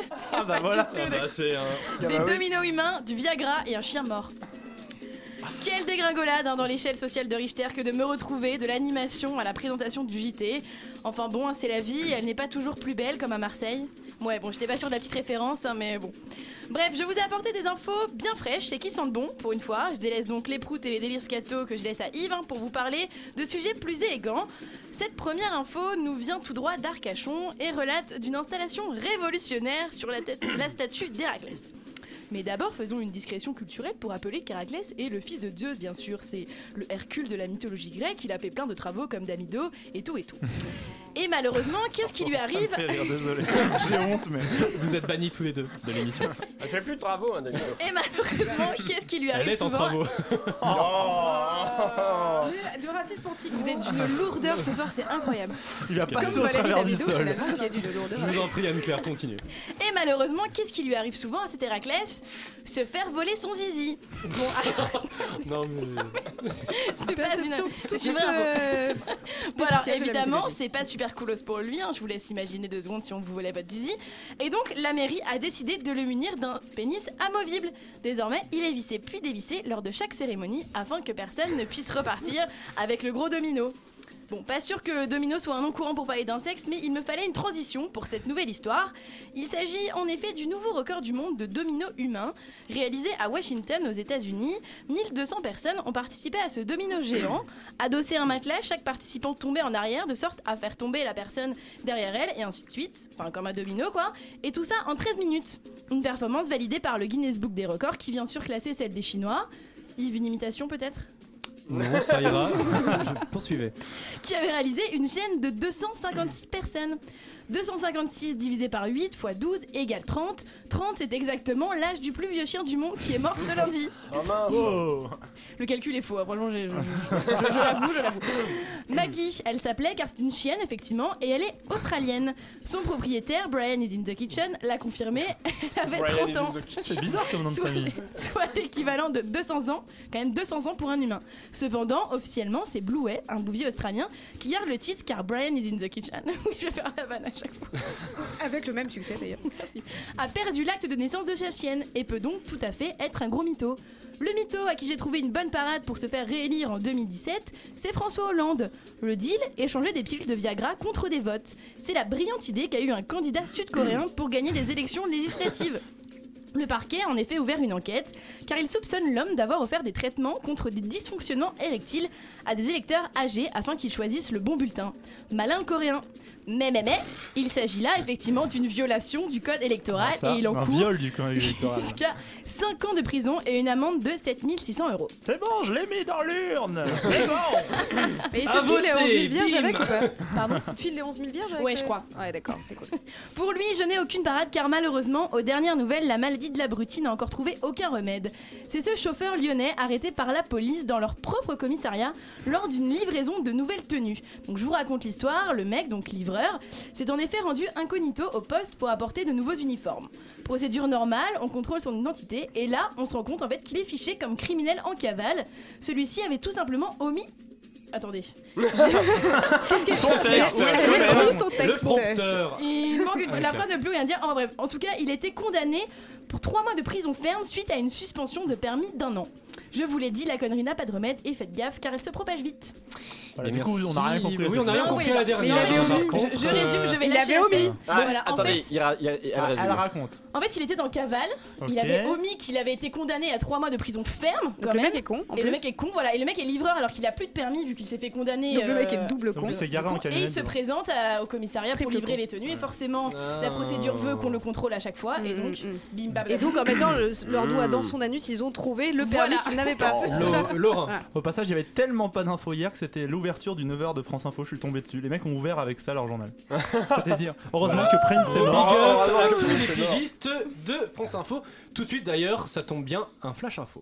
des dominos humains, du Viagra et un chien mort. Quelle dégringolade dans l'échelle sociale de Richter que de me retrouver de l'animation à la présentation du JT. Enfin bon, c'est la vie, elle n'est pas toujours plus belle comme à Marseille. Ouais, bon, j'étais pas sûre de la petite référence, mais bon. Bref, je vous ai apporté des infos bien fraîches et qui sentent bon, pour une fois. Je délaisse donc les proutes et les délires scato que je laisse à Yves pour vous parler de sujets plus élégants. Cette première info nous vient tout droit d'Arcachon et relate d'une installation révolutionnaire sur la statue d'Héraclès. Mais d'abord, faisons une discrétion culturelle pour rappeler qu'Héraclès est le fils de Zeus, bien sûr. C'est le Hercule de la mythologie grecque. Il a fait plein de travaux comme Damido et tout. Et malheureusement, qu'est-ce qui lui arrive? Ça me fait rire, désolé. J'ai honte, mais vous êtes bannis tous les deux de l'émission. Elle fait plus de travaux, Damido. Et malheureusement, qu'est-ce qui lui arrive Elle est en souvent? travaux. Le racisme antique. Vous êtes d'une lourdeur ce soir, c'est incroyable. il a passé au travers du sol. Je vous en prie, Anne-Claire, continue. Et malheureusement, qu'est-ce qui lui arrive souvent à cet Héraclès? Se faire voler son zizi. Bon, alors... Non, mais... c'est une vraie info. Bon, alors évidemment, c'est pas super coolos pour lui, je vous laisse imaginer 2 secondes si on vous volait votre zizi. Et donc, la mairie a décidé de le munir d'un pénis amovible. Désormais, il est vissé puis dévissé lors de chaque cérémonie afin que personne ne puisse repartir avec le gros domino. Bon, pas sûr que domino soit un nom courant pour parler d'un sexe, mais il me fallait une transition pour cette nouvelle histoire. Il s'agit en effet du nouveau record du monde de domino humain, réalisé à Washington aux États-Unis. 1200 personnes ont participé à ce domino géant. Adossé à un matelas, chaque participant tombait en arrière de sorte à faire tomber la personne derrière elle, et ainsi de suite. Enfin, comme un domino, quoi. Et tout ça en 13 minutes. Une performance validée par le Guinness Book des records qui vient surclasser celle des Chinois. Yves, une imitation peut-être ? Non, ça ira. Poursuivez. Qui avait réalisé une chaîne de 256 personnes. 256 divisé par 8 fois 12 égale 30. 30, c'est exactement l'âge du plus vieux chien du monde qui est mort ce lundi. Oh mince. Oh. Le calcul est faux, franchement, je l'avoue. Maggie, elle s'appelait car c'est une chienne, effectivement, et elle est australienne. Son propriétaire, Brian is in the kitchen, l'a confirmé, elle avait 30 ans. C'est bizarre comme nom de famille. Soit l'équivalent de 200 ans, quand même 200 ans pour un humain. Cependant, officiellement, c'est Bluey, un bouvier australien, qui garde le titre car Brian is in the kitchen. Oui, je vais faire la vanne à chaque fois. Avec le même succès d'ailleurs. Merci. A perdu l'acte de naissance de sa chienne et peut donc tout à fait être un gros mytho. Le mytho à qui j'ai trouvé une bonne parade pour se faire réélire en 2017, c'est François Hollande. Le deal, échanger des pilules de Viagra contre des votes. C'est la brillante idée qu'a eu un candidat sud-coréen pour gagner les élections législatives. Le parquet a en effet ouvert une enquête car il soupçonne l'homme d'avoir offert des traitements contre des dysfonctionnements érectiles à des électeurs âgés afin qu'ils choisissent le bon bulletin. Malin coréen. Mais, il s'agit là effectivement d'une violation du code électoral et il encourt un viol du code électoral. Jusqu'à 5 ans de prison et une amende de 7 600 €. C'est bon, je l'ai mis dans l'urne. C'est bon. Mais il te file les 11 000 vierges avec ou pas? Pardon? Il te file les 11 000 vierges avec? Ouais, je crois. Ouais, d'accord, c'est cool. Pour lui, je n'ai aucune parade car malheureusement, aux dernières nouvelles, la maladie de l'abruti n'a encore trouvé aucun remède. C'est ce chauffeur lyonnais arrêté par la police dans leur propre commissariat lors d'une livraison de nouvelles tenues. Donc je vous raconte l'histoire. Le mec, donc livreur, livreur, s'est en effet rendu incognito au poste pour apporter de nouveaux uniformes. Procédure normale, on contrôle son identité et là, on se rend compte en fait qu'il est fiché comme criminel en cavale. Celui-ci avait tout simplement omis... Attendez. Qu'est-ce que son texte, le prompteur. Il manque la phrase de plus rien dire. Bref, en tout cas, il a été condamné pour 3 mois de prison ferme suite à une suspension de permis d'1 an. Je vous l'ai dit, la connerie n'a pas de remède et faites gaffe car elle se propage vite. Voilà, du coup, on n'a rien compris. Oui, on n'a rien compris à la dernière. Je résume, je vais lâcher. Il avait omis. Attendez, elle raconte. En fait, il était dans cavale. Il avait omis qu'il avait été condamné à 3 mois de prison ferme. Le mec est con. Et le mec est con, voilà. Et le mec est livreur alors qu'il a plus de permis vu qu'il s'est fait condamner. Donc le mec est double con. Et il se présente au commissariat pour livrer les tenues. Et forcément, la procédure veut qu'on le contrôle à chaque fois. Et donc, bim bam. Et donc, en mettant leur doigt dans son anus, ils ont trouvé le permis qu'ils n'avaient pas. Laurent. Au passage, il y avait tellement pas d'infos hier que c'était l'ouverture du 9h de France Info. Je suis tombé dessus. Les mecs ont ouvert avec ça leur journal. C'est-à-dire, heureusement que Prince est mort. À tous les pigistes de France Info. Tout de suite d'ailleurs, ça tombe bien, un flash info.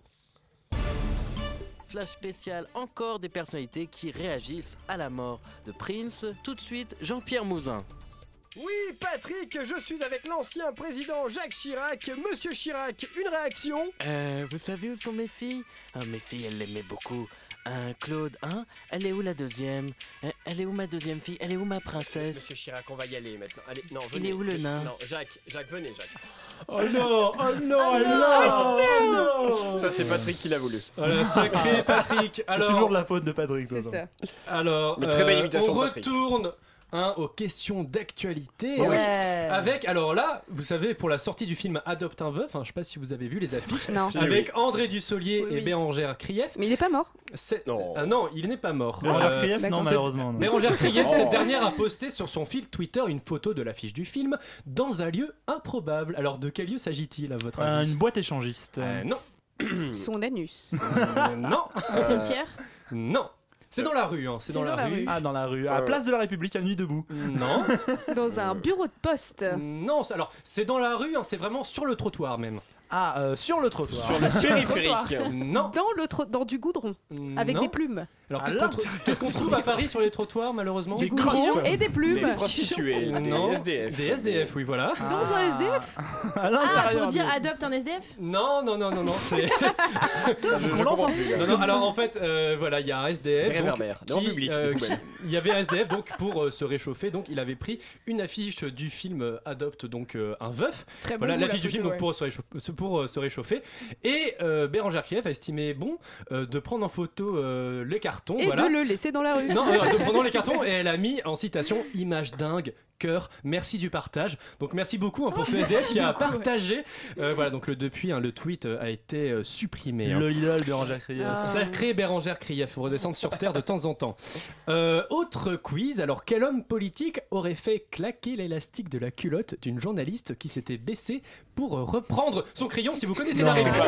Flash spécial, encore des personnalités qui réagissent à la mort de Prince. Tout de suite, Jean-Pierre Mouzin. Oui, Patrick, je suis avec l'ancien président Jacques Chirac. Monsieur Chirac, une réaction? Vous savez où sont mes filles? Mes filles, elles l'aimaient beaucoup. Claude, elle est où la deuxième? Elle est où ma deuxième fille? Elle est où ma princesse? Monsieur Chirac, on va y aller maintenant. Allez, non, venez. Il est où le nain? Non, Jacques, venez, Jacques. Oh non, oh non, oh non. Ça, c'est Patrick qui l'a voulu. Voilà, sacré Patrick. C'est toujours de la faute de Patrick. C'est ça. Alors, mais très belle imitation on de Patrick. retourne aux questions d'actualité. Ouais. Avec, alors là, vous savez, pour la sortie du film Adopte un veuf, je sais pas si vous avez vu les affiches, Non. avec André Dussolier et Bérangère Krief. Mais il est pas mort. Non, il n'est pas mort. Bérangère Krief, non, malheureusement. Non. Bérangère Krief, cette dernière a posté sur son fil Twitter une photo de l'affiche du film dans un lieu improbable. Alors, de quel lieu s'agit-il à votre avis? Une boîte échangiste. Non. Son anus. Non. Un cimetière? Non. C'est dans la rue, c'est dans la rue. Ah, dans la rue. À la place de la République, à Nuit debout. Non. Dans un bureau de poste. Non, alors c'est dans la rue, c'est vraiment sur le trottoir même. Ah, sur le trottoir. Sur le périphérique. Non. Dans du goudron. Avec des plumes. Alors qu'est-ce qu'on trouve à Paris sur les trottoirs malheureusement? Du goudron et des plumes. Des prostituées. Non. Des SDF. Des SDF, oui, voilà. Dans un SDF. À l'intérieur. Pour dire adopte un SDF? Non, c'est. On lance un site. Non, alors en fait, voilà, il y a un SDF. Des réverbères. Il y avait un SDF donc pour se réchauffer, donc il avait pris une affiche du film Adopte donc un veuf. Très voilà bon l'affiche goût, du film donc pour se réchauffer. Et Bérangère Krief a estimé bon de prendre en photo les cartons. Et voilà. de le laisser dans la rue. Non, de prendre les cartons et elle a mis en citation image dingue. Cœur, merci du partage. Donc merci beaucoup pour ce SDF qui a partagé. Voilà, donc depuis le tweet a été supprimé. Le idole Bérangère Krief. Sacré Bérangère Krief, faut redescendre sur terre de temps en temps. Autre quiz, alors quel homme politique aurait fait claquer l'élastique de la culotte d'une journaliste qui s'était baissée pour reprendre son crayon? Si vous connaissez la réponse,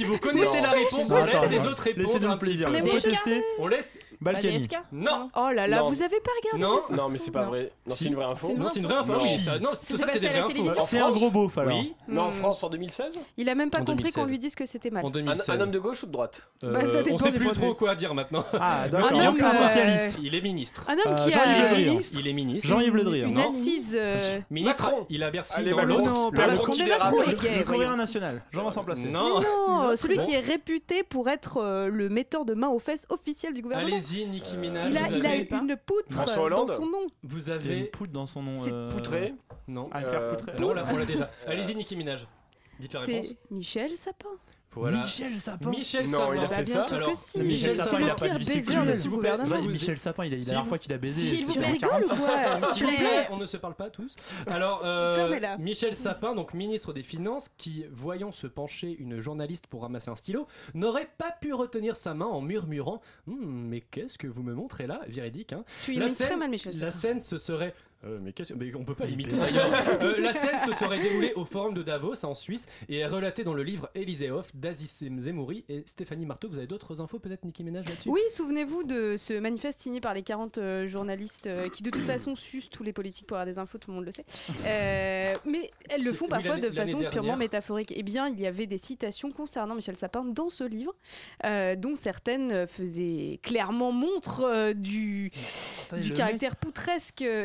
on laisse les autres répondre. Laissez-nous un le plaisir. petit On peu. peut tester. On laisse. Balkany. DSK? Non. Oh là là, Non. vous avez pas regardé ça? Non, mais c'est pas vrai. Non, c'est une vraie info. Non, c'est une vraie info. Non. Oui, non, tout ça c'est des vraies infos. C'est un gros beauf alors. Oui. Non, en France en 2016. Il a même pas En compris 2016. qu'on lui dise que c'était mal. En 2016. Un homme de gauche ou de droite? ça dépend On sait des plus points de trop vue. quoi dire maintenant. Ah, d'accord. Un homme, Un socialiste. Il est ministre. Un homme qui Jean-Yves Le a Drian. Il est ministre. Jean-Yves Le Drian. une Non. assise. Ministre. Macron. Il a Bercy Allez, dans Macron. l'autre. Non, Le pas Macron Macron. qui Mais dérape. Macron est Le gay, coréen voyons. national. Jean-Vincent Placé. Non. Non, celui Bon. qui est réputé pour être le metteur de main aux fesses officiel du gouvernement. Allez-y, Nicki Minaj. Il a une poutre François dans Hollande. son nom. Vous Il y a une avez. poudre dans son nom. C'est Poutré. Non. Anne-Claire Poutré. Non, on l'a déjà. Allez-y, Nicki Minaj. Dites la réponse. C'est Michel Sapin. Voilà. Michel Sapin. Michel Non, Sapin. il a fait bien ça. sûr Alors, que si. Michel C'est Sapin, il le a pas de pire vie baiser sexuelle. de S'il ce vous plaît, gouvernement. vous- Michel Sapin, il a la Si dernière vous- fois qu'il a baisé. S'il vous c'était plaît, en rigole ou 45. quoi? S'il vous plaît, on ne se parle pas tous. Alors, Fermez-la. Michel Sapin, donc ministre des Finances, qui, voyant se pencher une journaliste pour ramasser un stylo, n'aurait pas pu retenir sa main en murmurant mais qu'est-ce que vous me montrez là? Véridique, hein. Tu La imites très scène- mal Michel La Sapin. scène se serait. Mais on peut pas l'imiter d'ailleurs. La scène se serait déroulée au forum de Davos en Suisse et est relatée dans le livre Élysée Off d'Aziz Zemouri et Stéphanie Marteau. Vous avez d'autres infos peut-être, Nicki Minaj, là-dessus? Oui, souvenez-vous de ce manifeste signé par les 40 journalistes qui de toute façon sucent tous les politiques pour avoir des infos, tout le monde le sait. Mais elles le C'est- font oui, parfois de l'année façon dernière. purement métaphorique. Eh bien, il y avait des citations concernant Michel Sapin dans ce livre, dont certaines faisaient clairement montre du Le caractère poutresque et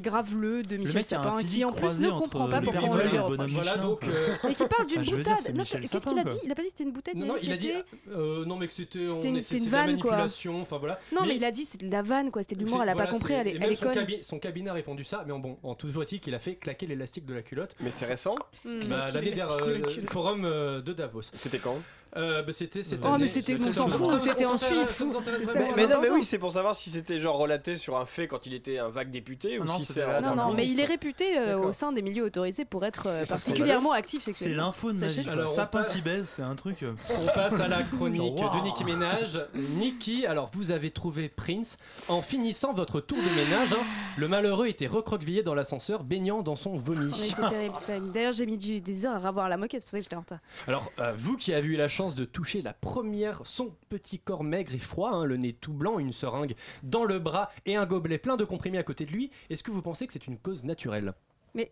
graveleux de Michel mec a un Sapin, physique qui en plus croisé ne entre comprend pas le pourquoi Père on le Noël et lui le reproche. bonhomme Voilà, Michelin. donc. Et qui parle d'une je veux dire, boutade. c'est Non, Michel qu'est-ce qu'il Sapin, a quoi. dit? Il a pas dit que c'était une boutade. Non, il a dit non mais que c'était C'était une de la vanne, quoi. manipulation, enfin voilà. Non, mais il a dit c'est de la vanne, quoi. C'était de l'humour. Elle a pas compris. Elle même est conne. son cabinet a répondu ça, mais bon, en toujours est-il qu'il a fait claquer l'élastique de la culotte. Mais c'est récent. L'année dernière, forum de Davos. C'était quand? C'était cette Oh, année. mais c'était, on s'en fout, c'était en Suisse. Mais non, mais oui, c'est pour savoir si c'était genre relaté sur un fait quand il était un vague député ou si c'est. Non, mais il est réputé au sein des milieux autorisés pour être particulièrement actif sexuellement. C'est l'info de magie. Alors, Sapin qui baise, c'est un truc. On passe à la chronique de Nicki Minaj. Nicki, alors vous avez trouvé Prince en finissant votre tour de ménage. Le malheureux était recroquevillé dans l'ascenseur, baignant dans son vomi. Mais c'est terrible. D'ailleurs, j'ai mis des heures à ravoir la moquette, c'est pour ça que j'étais en retard. Alors, vous qui avez eu la chance de toucher son petit corps maigre et froid, le nez tout blanc, une seringue dans le bras et un gobelet plein de comprimés à côté de lui, est-ce que vous pensez que c'est une cause naturelle? Mais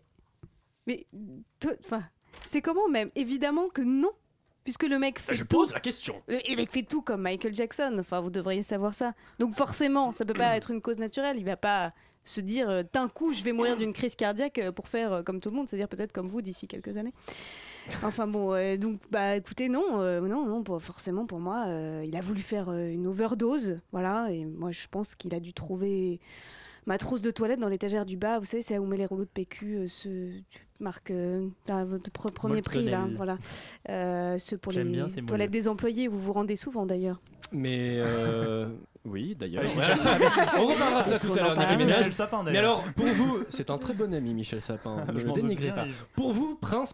c'est comment même? Évidemment que non. Puisque le mec fait Je tout. pose la question. Le mec fait tout comme Michael Jackson. Enfin, vous devriez savoir ça. Donc forcément, ça peut pas être une cause naturelle. Il va pas se dire d'un coup, je vais mourir d'une crise cardiaque pour faire comme tout le monde, c'est-à-dire peut-être comme vous d'ici quelques années. Enfin bon, donc écoutez, non, forcément pour moi, il a voulu faire une overdose, voilà. Et moi, je pense qu'il a dû trouver ma trousse de toilette dans l'étagère du bas. Vous savez, c'est là où on met les rouleaux de PQ, marque votre premier prix là, voilà. Ceux pour les toilettes des employés où vous vous rendez souvent d'ailleurs. Mais oui, d'ailleurs. Ouais, on reparlera de ça tout à l'heure, Nicki Minaj. Michel Sapin, mais alors, pour vous, c'est un très bon ami, Michel Sapin. Ne le dénigrez pas. Pour vous, Prince,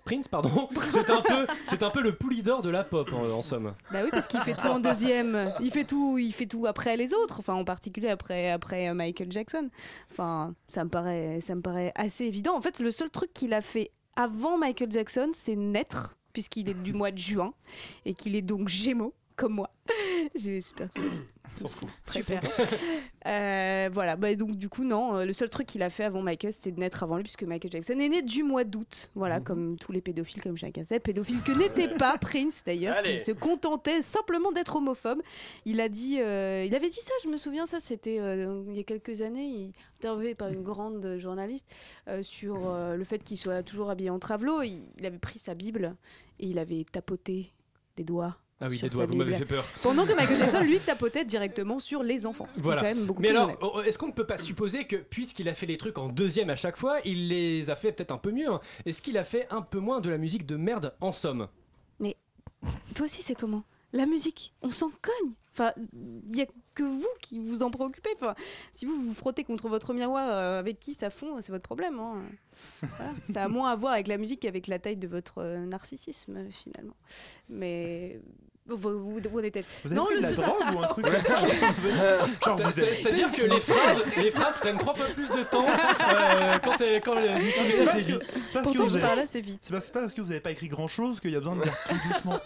c'est un peu le Poulidor de la pop, en somme. Bah oui, parce qu'il fait tout en deuxième. Il fait tout après les autres. Enfin, en particulier après Michael Jackson. Enfin, ça me paraît assez évident. En fait, le seul truc qu'il a fait avant Michael Jackson, c'est naître, puisqu'il est du mois de juin et qu'il est donc Gémeaux, comme moi. J'ai super cool. Très super. Voilà, donc du coup non, le seul truc qu'il a fait avant Michael, c'était de naître avant lui, puisque Michael Jackson est né du mois d'août, voilà, comme tous les pédophiles, comme chacun sait, pédophile que n'était pas Prince d'ailleurs, qui se contentait simplement d'être homophobe. Il avait dit ça, je me souviens, ça c'était il y a quelques années, interviewé par une grande journaliste sur le fait qu'il soit toujours habillé en travelot. Il avait pris sa Bible et il avait tapoté des doigts. Ah oui, des doigts, vous m'avez fait peur. Pendant que Michael Jackson, lui, tapotait directement sur les enfants. Ce qui est quand même beaucoup plus honnête. Est-ce qu'on ne peut pas supposer que, puisqu'il a fait les trucs en deuxième à chaque fois, il les a fait peut-être un peu mieux, hein. Est-ce qu'il a fait un peu moins de la musique de merde, en somme? Mais toi aussi, c'est comment? La musique, on s'en cogne. Enfin, il n'y a que vous qui vous en préoccupez. Enfin, si vous vous frottez contre votre miroir avec qui ça fond, c'est votre problème. Hein. Voilà. Ça a moins à voir avec la musique qu'avec la taille de votre narcissisme, finalement. Mais... Vous avez pris de la drogue ou un truc comme ça? C'est-à-dire que les phrases prennent 3 fois plus de temps quand Nicki Minaj les dit. Pourtant, je parle assez vite. C'est pas parce que vous n'avez pas écé grand-chose qu'il y a besoin de dire tout doucement.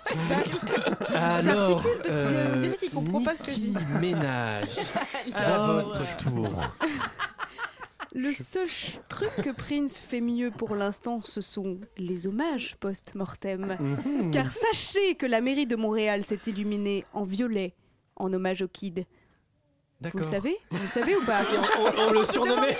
Alors, j'articule parce qu'on dirait qu'il comprend pas ce que je dis. Nicki Minaj, à votre tour. Le seul truc que Prince fait mieux pour l'instant, ce sont les hommages post-mortem. Car sachez que la mairie de Montréal s'est illuminée en violet en hommage au Kid. Vous le savez? Vous le savez ou pas? On le surnommait.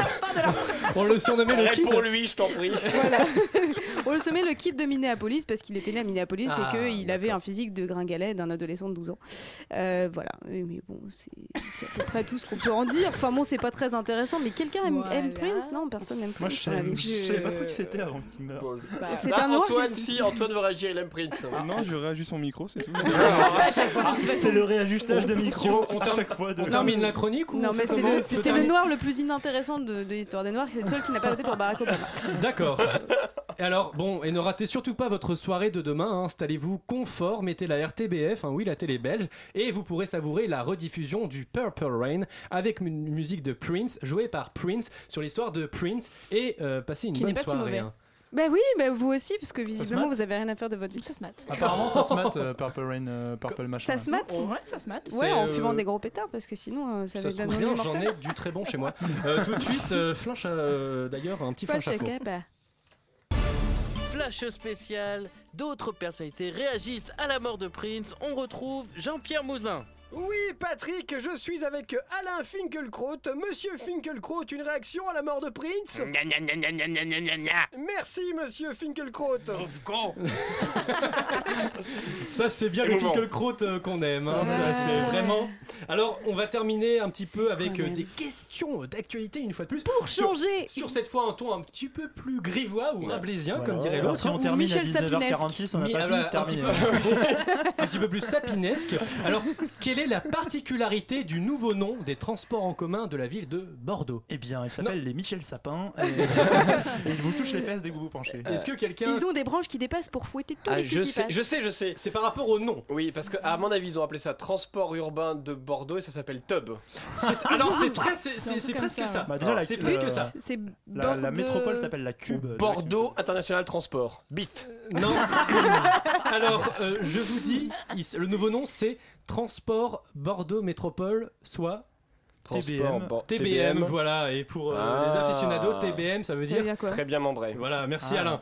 On le surnommait le Kid. pour lui, je t'en prie. Voilà. On le surnommait le Kid de Minneapolis parce qu'il était né à Minneapolis et qu'il avait un physique de gringalet d'un adolescent de 12 ans. Voilà. Mais bon, c'est à peu près tout ce qu'on peut en dire. Enfin bon, c'est pas très intéressant. Mais quelqu'un aime Prince? Non, personne n'aime Prince. Moi, je savais pas trop qui c'était avant qu'il meure. C'est un noir. Antoine veut réagir, il aime Prince. Non, je réajuste mon micro, c'est tout. C'est le réajustage de micro à chaque fois. On termine la chronique ou non, mais c'est le noir le plus inintéressant de l'histoire des noirs. C'est le seul qui n'a pas voté pour Barack Obama. D'accord. Et alors, bon, et ne ratez surtout pas votre soirée de demain. Hein. Installez-vous confort, mettez la RTBF, oui, la télé belge, et vous pourrez savourer la rediffusion du Purple Rain avec une musique de Prince, jouée par Prince, sur l'histoire de Prince, et passer une bonne soirée. Hein. Bah oui, bah vous aussi, parce que visiblement vous avez rien à faire de votre vie. Ça se mate. Apparemment ça se mate, Purple Rain, Purple machin. Ça se mate? Ouais, ça se mate. Ouais, en fumant des gros pétards, parce que sinon ça va se trouve bien, j'en ai du très bon chez moi. Tout de suite, flash d'ailleurs, un petit flash à Flash spécial, d'autres personnalités réagissent à la mort de Prince. On retrouve Jean-Pierre Mouzin. Oui, Patrick, je suis avec Alain Finkielkraut. Monsieur Finkielkraut, une réaction à la mort de Prince? Merci, monsieur Finkielkraut. Con. Ça, c'est bien le Finkielkraut qu'on aime. Hein. Ça, c'est vraiment. Alors, on va terminer un petit peu avec des questions d'actualité une fois de plus. Pour changer. Sur cette fois, un ton un petit peu plus grivois ou rabelaisien, comme dirait l'autre. Si on termine à 19h46, on n'a pas fini de terminer. Un petit peu plus sapinesque. Alors, quelle est la particularité du nouveau nom des transports en commun de la ville de Bordeaux? Eh bien, il s'appelle les Michel Sapin et ils vous touchent les fesses dès que vous vous penchez. Est-ce que quelqu'un... Ils ont des branches qui dépassent pour fouetter tous les pieds qui passent. Je sais. C'est par rapport au nom. Oui, parce qu'à mon avis, ils ont appelé ça Transport urbain de Bordeaux et ça s'appelle Tub. Alors, c'est presque ça. Bah, déjà, c'est presque ça. La métropole s'appelle la Cube. Bordeaux International Transport. BIT. Non. Alors, je vous dis, le nouveau nom, c'est Transport Bordeaux Métropole, soit TBM, voilà. Et pour les aficionados, TBM, ça veut dire quoi? Très bien membré. Voilà, merci Alain.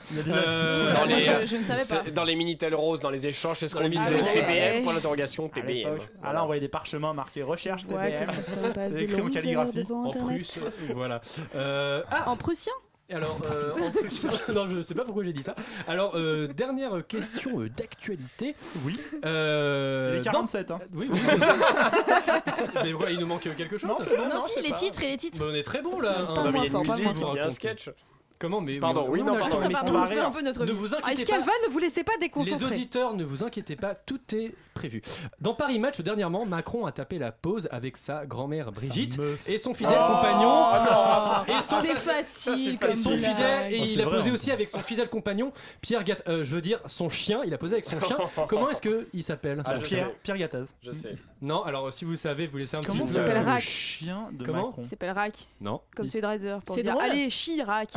Je ne savais pas. Dans les Minitel roses, dans les échanges, c'est ce qu'on disait. TBM, point d'interrogation, TBM. Alain envoyait des parchemins marqués recherche TBM. C'est écrit en calligraphie. En Prusse, voilà. En prussien? Alors, non, je sais pas pourquoi j'ai dit ça. Alors, dernière question d'actualité. Oui. Les 47, hein. Oui, je sais. Mais ouais, il nous manque quelque chose. Non, si, les titres et les titres. On est très bon là. Pas moins fort, pas moins fort. Il y a un sketch. Comment mais Pardon, oui, on pardon. On fait un peu notre vie. Ne vous inquiétez pas. Calva, ne vous laissez pas déconcentrer. Les auditeurs, ne vous inquiétez pas, tout est prévu. Dans Paris Match, dernièrement, Macron a tapé la pause avec sa grand-mère Brigitte et son fidèle compagnon. C'est facile comme son blague. fidèle, et il a posé aussi avec son fidèle compagnon Pierre je veux dire son chien. Il a posé avec son chien. Comment est-ce que il s'appelle? Pierre Gattaz. Je sais. Non, alors si vous savez, vous laissez un petit peu. Comment s'appelle Rack? Chien de Comment Macron. Il s'appelle Rack. Non. Comme c'est Dreiser pour C'est dire drôle. allez, Chirac.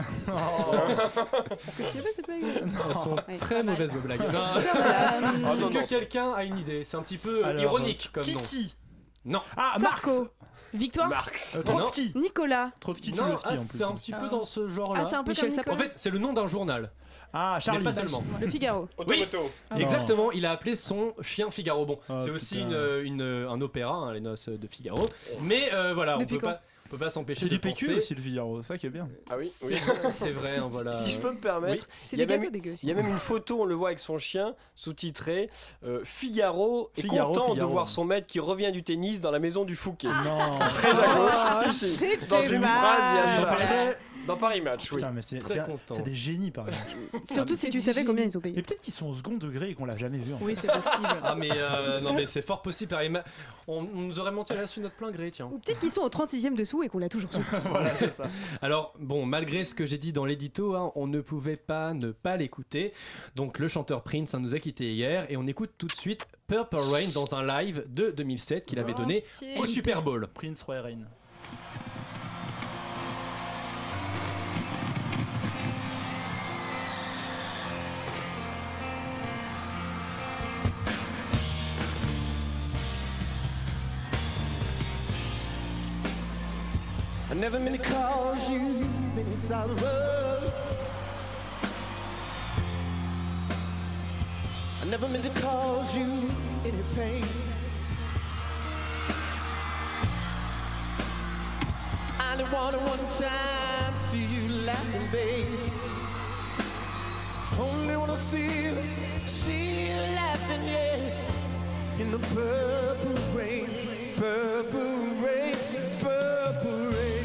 C'est pas cette blague. Elles sont très mauvaises vos blagues. Est-ce que quelqu'un a une idée? C'est un petit peu ironique comme nom. Qui? Non. Ah, Sarko. Victoire. Marx. Trotsky. Nicolas. Trotsky, Non, Tuloski en plus. c'est un petit peu dans ce genre-là. C'est un peu Michel comme Sapin. En fait, c'est le nom d'un journal. Ah, Charlie. Mais pas seulement. Le Figaro. Automoto. Exactement, il a appelé son chien Figaro. Bon, Ah, c'est aussi putain. un opéra, hein, les noces de Figaro. Mais voilà, on Depuis peut pas s'empêcher C'est de du PQ penser. aussi le Figaro, ça qui est bien. Ah oui. C'est vrai, hein, voilà. Si je peux me permettre, C'est il y des a gâteaux même- dégueux aussi. il y a même une photo, on le voit avec son chien, sous-titré Figaro est Figaro, content de Figaro. voir son maître qui revient du tennis dans la maison du Fouquet. Non. Très à gauche. Si, si. Dans une phrase, il y a ça. Très- Dans Paris Match, oui. Putain, mais c'est content. des génies par exemple. Surtout si tu savais combien ils ont Et payé. peut-être qu'ils sont au second degré et qu'on l'a jamais vu. En Oui, fait. c'est possible. Ah mais non mais c'est fort possible. On nous aurait menti là-dessus notre plein gré, tiens. Ou peut-être qu'ils sont au 36e dessous et qu'on l'a toujours su. Voilà, c'est ça. Alors bon, malgré ce que j'ai dit dans l'édito, hein, on ne pouvait pas ne pas l'écouter. Donc le chanteur Prince nous a quittés hier et on écoute tout de suite Purple Rain dans un live de 2007 qu'il avait donné au Super Bowl. Prince Roy Rain. I never meant to cause you any sorrow. I never meant to cause you any pain. I only wanted one time to see you laughing, babe. Only wanna see you laughing, yeah. In the purple rain, purple rain, purple rain.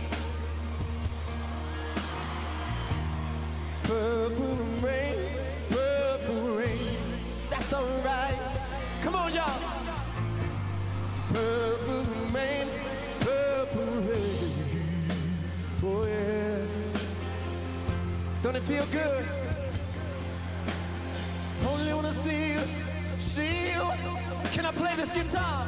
Purple rain, purple rain. That's alright. Come on, y'all. Purple rain, purple rain. Oh yes. Don't it feel good? Only wanna see you, see you. Can I play this guitar?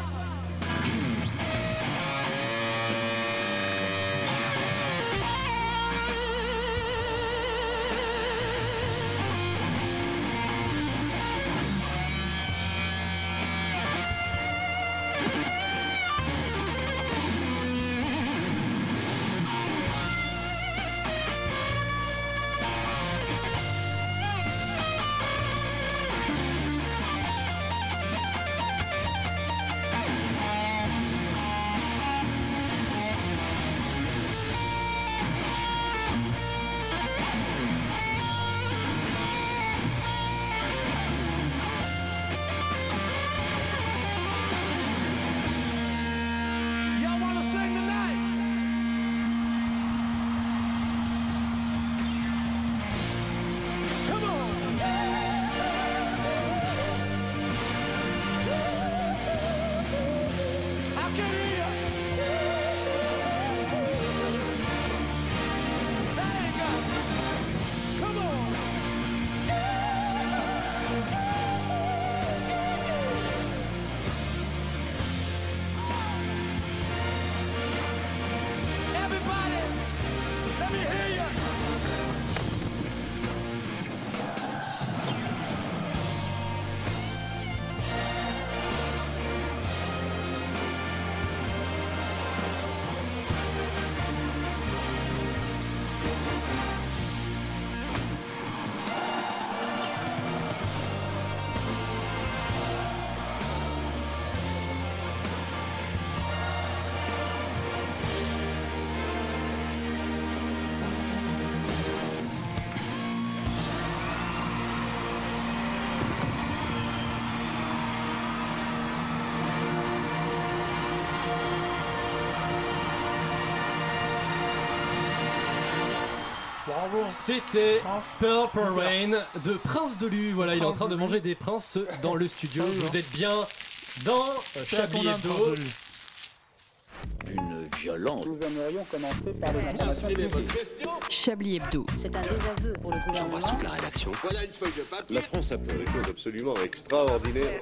Bravo. C'était Purple Rain de Prince de Lu. Voilà, il est en train de manger des princes dans le studio. Vous êtes bien dans Chablis Hebdo. Une violence. Nous aimerions commencer par les informations publiques. Chablis Hebdo. C'est un désaveu pour le gouvernement. J'embrasse toute la rédaction. Voilà une feuille de papier. La France a fait des choses absolument extraordinaires.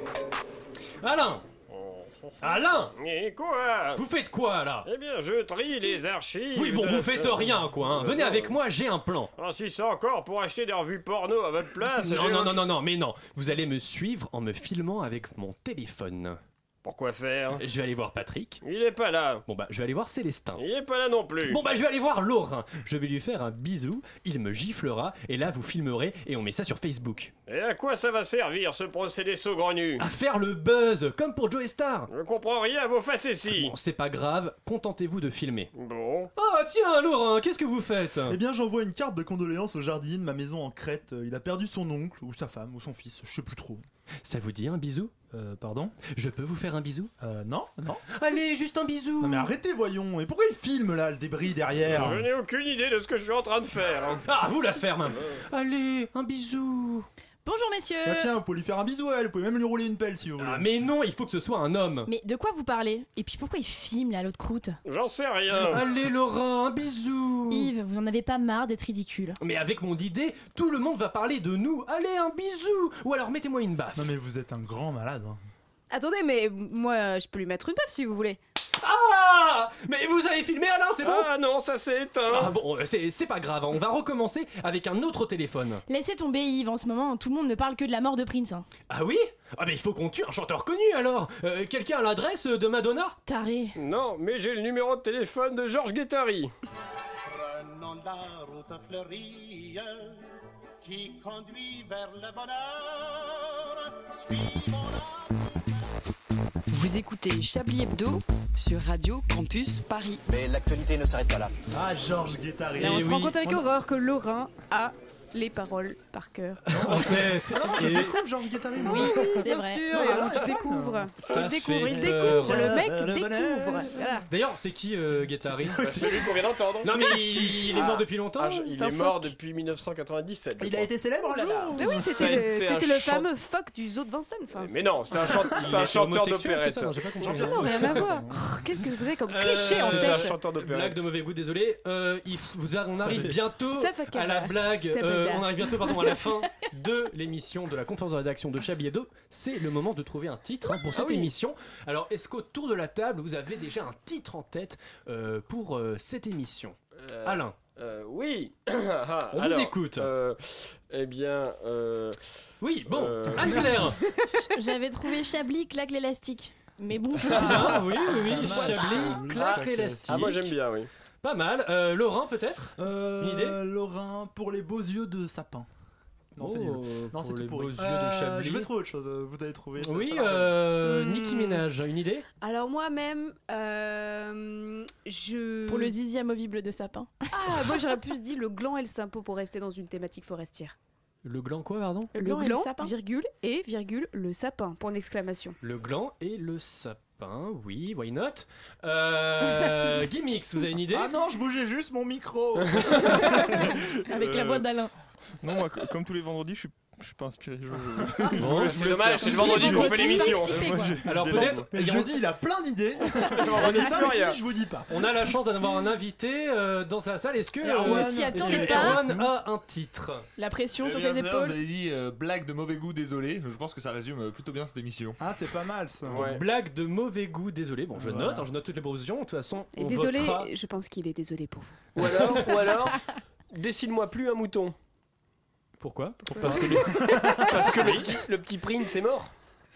Alain Et quoi? Vous faites quoi là? Eh bien, je trie les archives. Oui, bon, vous faites rien quoi. Hein. Venez avec moi, j'ai un plan. Ah, si c'est encore pour acheter des revues porno à votre place. Non, mais non. Vous allez me suivre en me filmant avec mon téléphone. Pourquoi faire? Je vais aller voir Patrick. Il est pas là. Bon bah, je vais aller voir Célestin. Il est pas là non plus. Bon bah, je vais aller voir Laurin. Je vais lui faire un bisou, il me giflera, et là vous filmerez et on met ça sur Facebook. Et à quoi ça va servir ce procédé saugrenu? À faire le buzz, comme pour Joe Star. Je comprends rien à vos facéties. Bon, c'est pas grave, contentez-vous de filmer. Bon. Oh tiens, Laurin, qu'est-ce que vous faites? Eh bien, j'envoie une carte de condoléances au jardinier de ma maison en Crète. Il a perdu son oncle, ou sa femme, ou son fils, je sais plus trop. Ça vous dit un bisou? Pardon? Je peux vous faire un bisou? Non. Allez, juste un bisou. Non mais arrêtez, voyons. Et pourquoi il filme là, le débris derrière? Je n'ai aucune idée de ce que je suis en train de faire. Ah, vous la ferme. Allez, un bisou. Bonjour messieurs. Bah tiens, vous pouvez lui faire un bisou à elle, vous pouvez même lui rouler une pelle si vous voulez. Ah mais non, il faut que ce soit un homme. Mais de quoi vous parlez? Et puis pourquoi il filme là l'autre croûte? J'en sais rien. Allez Laurent, un bisou. Yves, vous en avez pas marre d'être ridicule? Mais avec mon idée, tout le monde va parler de nous. Allez, un bisou. Ou alors mettez-moi une baffe. Non mais vous êtes un grand malade. Hein. Attendez, mais moi je peux lui mettre une baffe si vous voulez. Ah! Mais vous avez filmé Alain, c'est bon? Ah non, ça s'est éteint. Ah bon, c'est pas grave, on va recommencer avec un autre téléphone. Laissez tomber Yves, en ce moment tout le monde ne parle que de la mort de Prince. Hein. Ah oui? Ah mais il faut qu'on tue un chanteur connu alors. Quelqu'un a l'adresse de Madonna? Taré. Non, mais j'ai le numéro de téléphone de Georges Guettari. Prenons la route fleurie qui conduit vers le bonheur. Suivons-la. Vous écoutez Chablis Hebdo sur Radio Campus Paris. Mais l'actualité ne s'arrête pas là. Ah, Georges Guettari. Là, on se rend compte avec horreur que Laurin a les paroles par cœur. Tu découvres Georges Guettari? Oui, c'est bien vrai. sûr, tu découvres. Ça Il découvre, le mec découvre. Voilà. D'ailleurs, c'est qui Guettari? Celui qu'on vient d'entendre. Non mais il est mort depuis longtemps. Il est mort depuis 1997. Il a été célèbre un jour? Oui, c'était le fameux phoque du zoo de Vincennes. Enfin, mais non, c'était un chanteur d'opérette. J'ai pas compris. non, rien à voir. Qu'est-ce que vous avez comme cliché en C'est tête? un chanteur d'opérette. Blague de mauvais goût, désolé. On arrive bientôt à la blague. On arrive bientôt à la fin de l'émission de la conférence de rédaction de Chablis Hebdo. C'est le moment de trouver un titre pour cette émission. Alors, est-ce qu'autour de la table, vous avez déjà un titre en tête pour cette émission? Alain? Oui. On vous écoute. Eh bien... Oui, bon, Anne-Claire. J'avais trouvé Chablis claque l'élastique. Mais bon, c'est bien, oui. Chablis claque l'élastique. Ah, moi j'aime bien, oui. Pas mal. Laurent, peut-être? Une idée? Laurent, pour les beaux yeux de sapin. Non, c'est nul. Non, c'est tout pourri. Beaux yeux de Chablis. Je vais trouver autre chose. Vous allez trouver. Oui, Nicki Minaj, une idée? Alors moi-même, je... Pour le zizi amovible de sapin. Ah, moi j'aurais plus dit le gland et le simpo pour rester dans une thématique forestière. Le gland quoi, pardon? Le gland, virgule, et virgule, le sapin, point d'exclamation. Le gland et le sapin, oui, why not? Gimmicks, vous avez une idée? Ah non, je bougeais juste mon micro. Avec la voix d'Alain. Non, moi, comme tous les vendredis, je suis pas inspiré. Bon, c'est dommage, c'est le vendredi qu'on fait l'émission. Alors peut-être. Mais jeudi, il a plein d'idées. Je vous dis pas. On a la chance d'avoir un invité dans sa salle. Est-ce que Erwan a un titre? La pression sur tes épaules. Vous avez dit blague de mauvais goût, désolé. Je pense que ça résume plutôt bien cette émission. Ah, c'est pas mal ça. Donc, blague de mauvais goût, désolé. Bon, je note toutes les propositions. De toute façon, et désolé, je pense qu'il est désolé pour vous. Ou alors, dessine-moi plus un mouton. Pourquoi? Parce que le petit Prince est mort.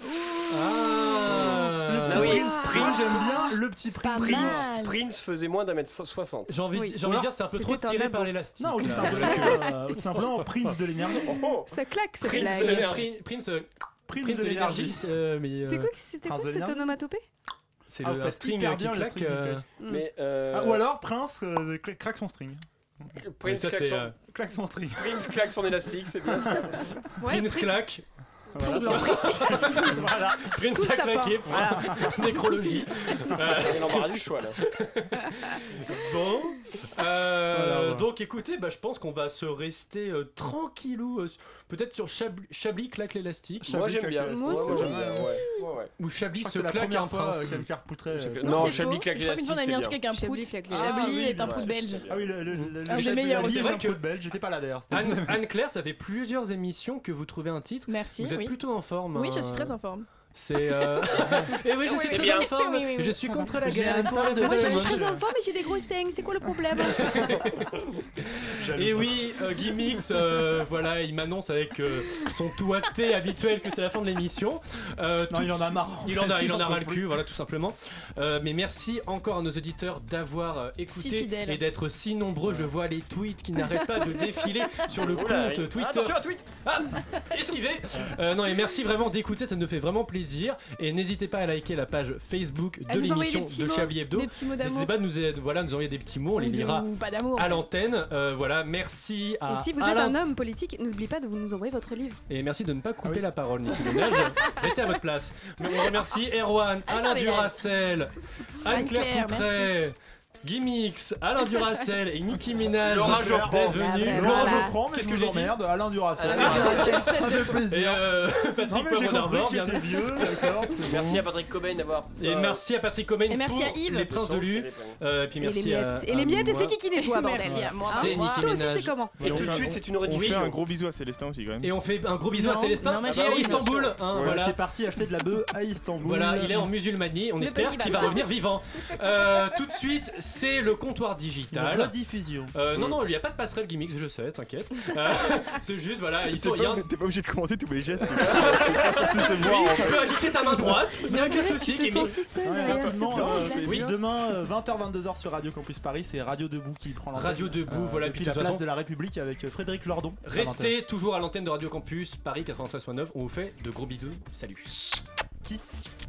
Prince, j'aime bien le petit Prince. Prince faisait moins d'1m60. J'ai envie de dire, c'est un peu trop tiré par l'élastique. Non, tout simplement Prince de l'énergie. Ça claque cette blague. Prince de l'énergie. C'est quoi cette onomatopée? C'est le string qui claque. Ou alors Prince craque son string. Prince claque son string. Prince claque son élastique, c'est bien ça. Prince claque. Voilà, Prince Sous le a sapin. claqué pour la nécrologie. Il y a l'embarras du choix là. Bon, Voilà. donc écoutez, je pense qu'on va se rester tranquillou, peut-être sur Chablis claque l'élastique. Moi j'aime bien. Moi, j'aime bien. Ouais. Ou Chablis Je crois se que c'est la claque un première fois prince. qu'Elkar Poutret. Non, c'est Chablis faux. claque Je crois qu'une fois on a mis un truc avec un prout. Chablis claque les Chablis oui, est un ouais. prout belge. Ah oui, Un des meilleurs aussi. C'est vrai un que- peu belge, j'étais pas là d'ailleurs. c'était- Anne-Claire, ça fait plusieurs émissions que vous trouvez un titre. Merci. Vous êtes oui. plutôt en forme. Oui, je suis très en forme. C'est. Et oui, je suis c'est très bien. en forme. Oui. Je suis contre la J'ai guerre. un tas de Moi, je suis bonnes- très en forme et j'ai des gros seins. C'est quoi le problème? Et oui, Gimmicks, voilà, il m'annonce avec son touaté habituel que c'est la fin de l'émission. Non, il en a marre. Il en a ras le cul, voilà, tout simplement. Mais merci encore à nos auditeurs d'avoir écouté fidèles. et d'être si nombreux. Je vois les tweets qui n'arrêtent pas de défiler sur le Oula, compte oui. Twitter. Attention à tweet. Ah, esquivez. Non, et merci vraiment d'écouter, ça nous fait vraiment plaisir. Et n'hésitez pas à liker la page Facebook À de nous envoyer l'émission des petits de mots, Chablis Hebdo. des petits mots d'amour. N'hésitez pas à nous envoyer des petits mots, on les lira Ou pas d'amour. à l'antenne. Voilà, merci à Et si vous êtes Alain. un homme politique, n'oubliez pas de nous envoyer votre livre. Et merci de ne pas couper la parole, Nicky Ménage. Restez à votre place. Mais on remercie Erwan, Alain Bénez. Duracell, Anne-Claire Anne-Claire, Poutret, Gimmicks, Alain Duracell et Nicky Ménage Laura Geoffrand. d'être venus. Laurent Voilà. Geoffrand, mais Qu'est-ce je que vous j'ai dit emmerde. Alain Duracell. Alain Duracell. Ça fait Et plaisir. Patrick Non, mais j'ai compris Poivre que j'étais vieux, d'accord. c'est Merci bon. à Patrick Cobain d'avoir. Et merci à Patrick Cobain Et merci pour à Yves. les Princes de Lu. Et puis Et merci les à miettes. Et les miettes, et c'est qui nettoie, bordel? Merci à moi. C'est Nicky Toi aussi, Ménage. c'est comment? Et tout de suite, c'est une On fait rediffusion. un gros bisou à Célestin aussi quand même. Et on fait un gros bisou à Non, Célestin non, mais qui est à oui, bien Istanbul. sûr. Hein, Qui voilà. est parti acheter de la bœuf à Istanbul. Voilà, il est en musulmanie, on Le espère petit qu'il va bâtard. revenir vivant. Tout de suite, c'est le comptoir Une digital. rediffusion. Non, il n'y a pas de passerelle Gimmicks, je sais, t'inquiète. C'est juste, voilà, il y a un... T'es pas obligé de commenter tous mes gestes. C'est pas censé se voir. Oui, en tu fait. peux agiter ta main droite, il n'y a aucun souci, Tu te sens Gimmicks. si seul, Ouais, d'ailleurs, c'est rapidement, possible. oui. demain 20h-22h sur Radio Campus Paris, c'est Radio Debout qui prend l'antenne. Radio Debout, voilà, depuis puis de la toute place façon- de la République avec Frédéric Lordon. Restez toujours à l'antenne de Radio Campus Paris 93.9, on vous fait de gros bisous, salut. Kiss.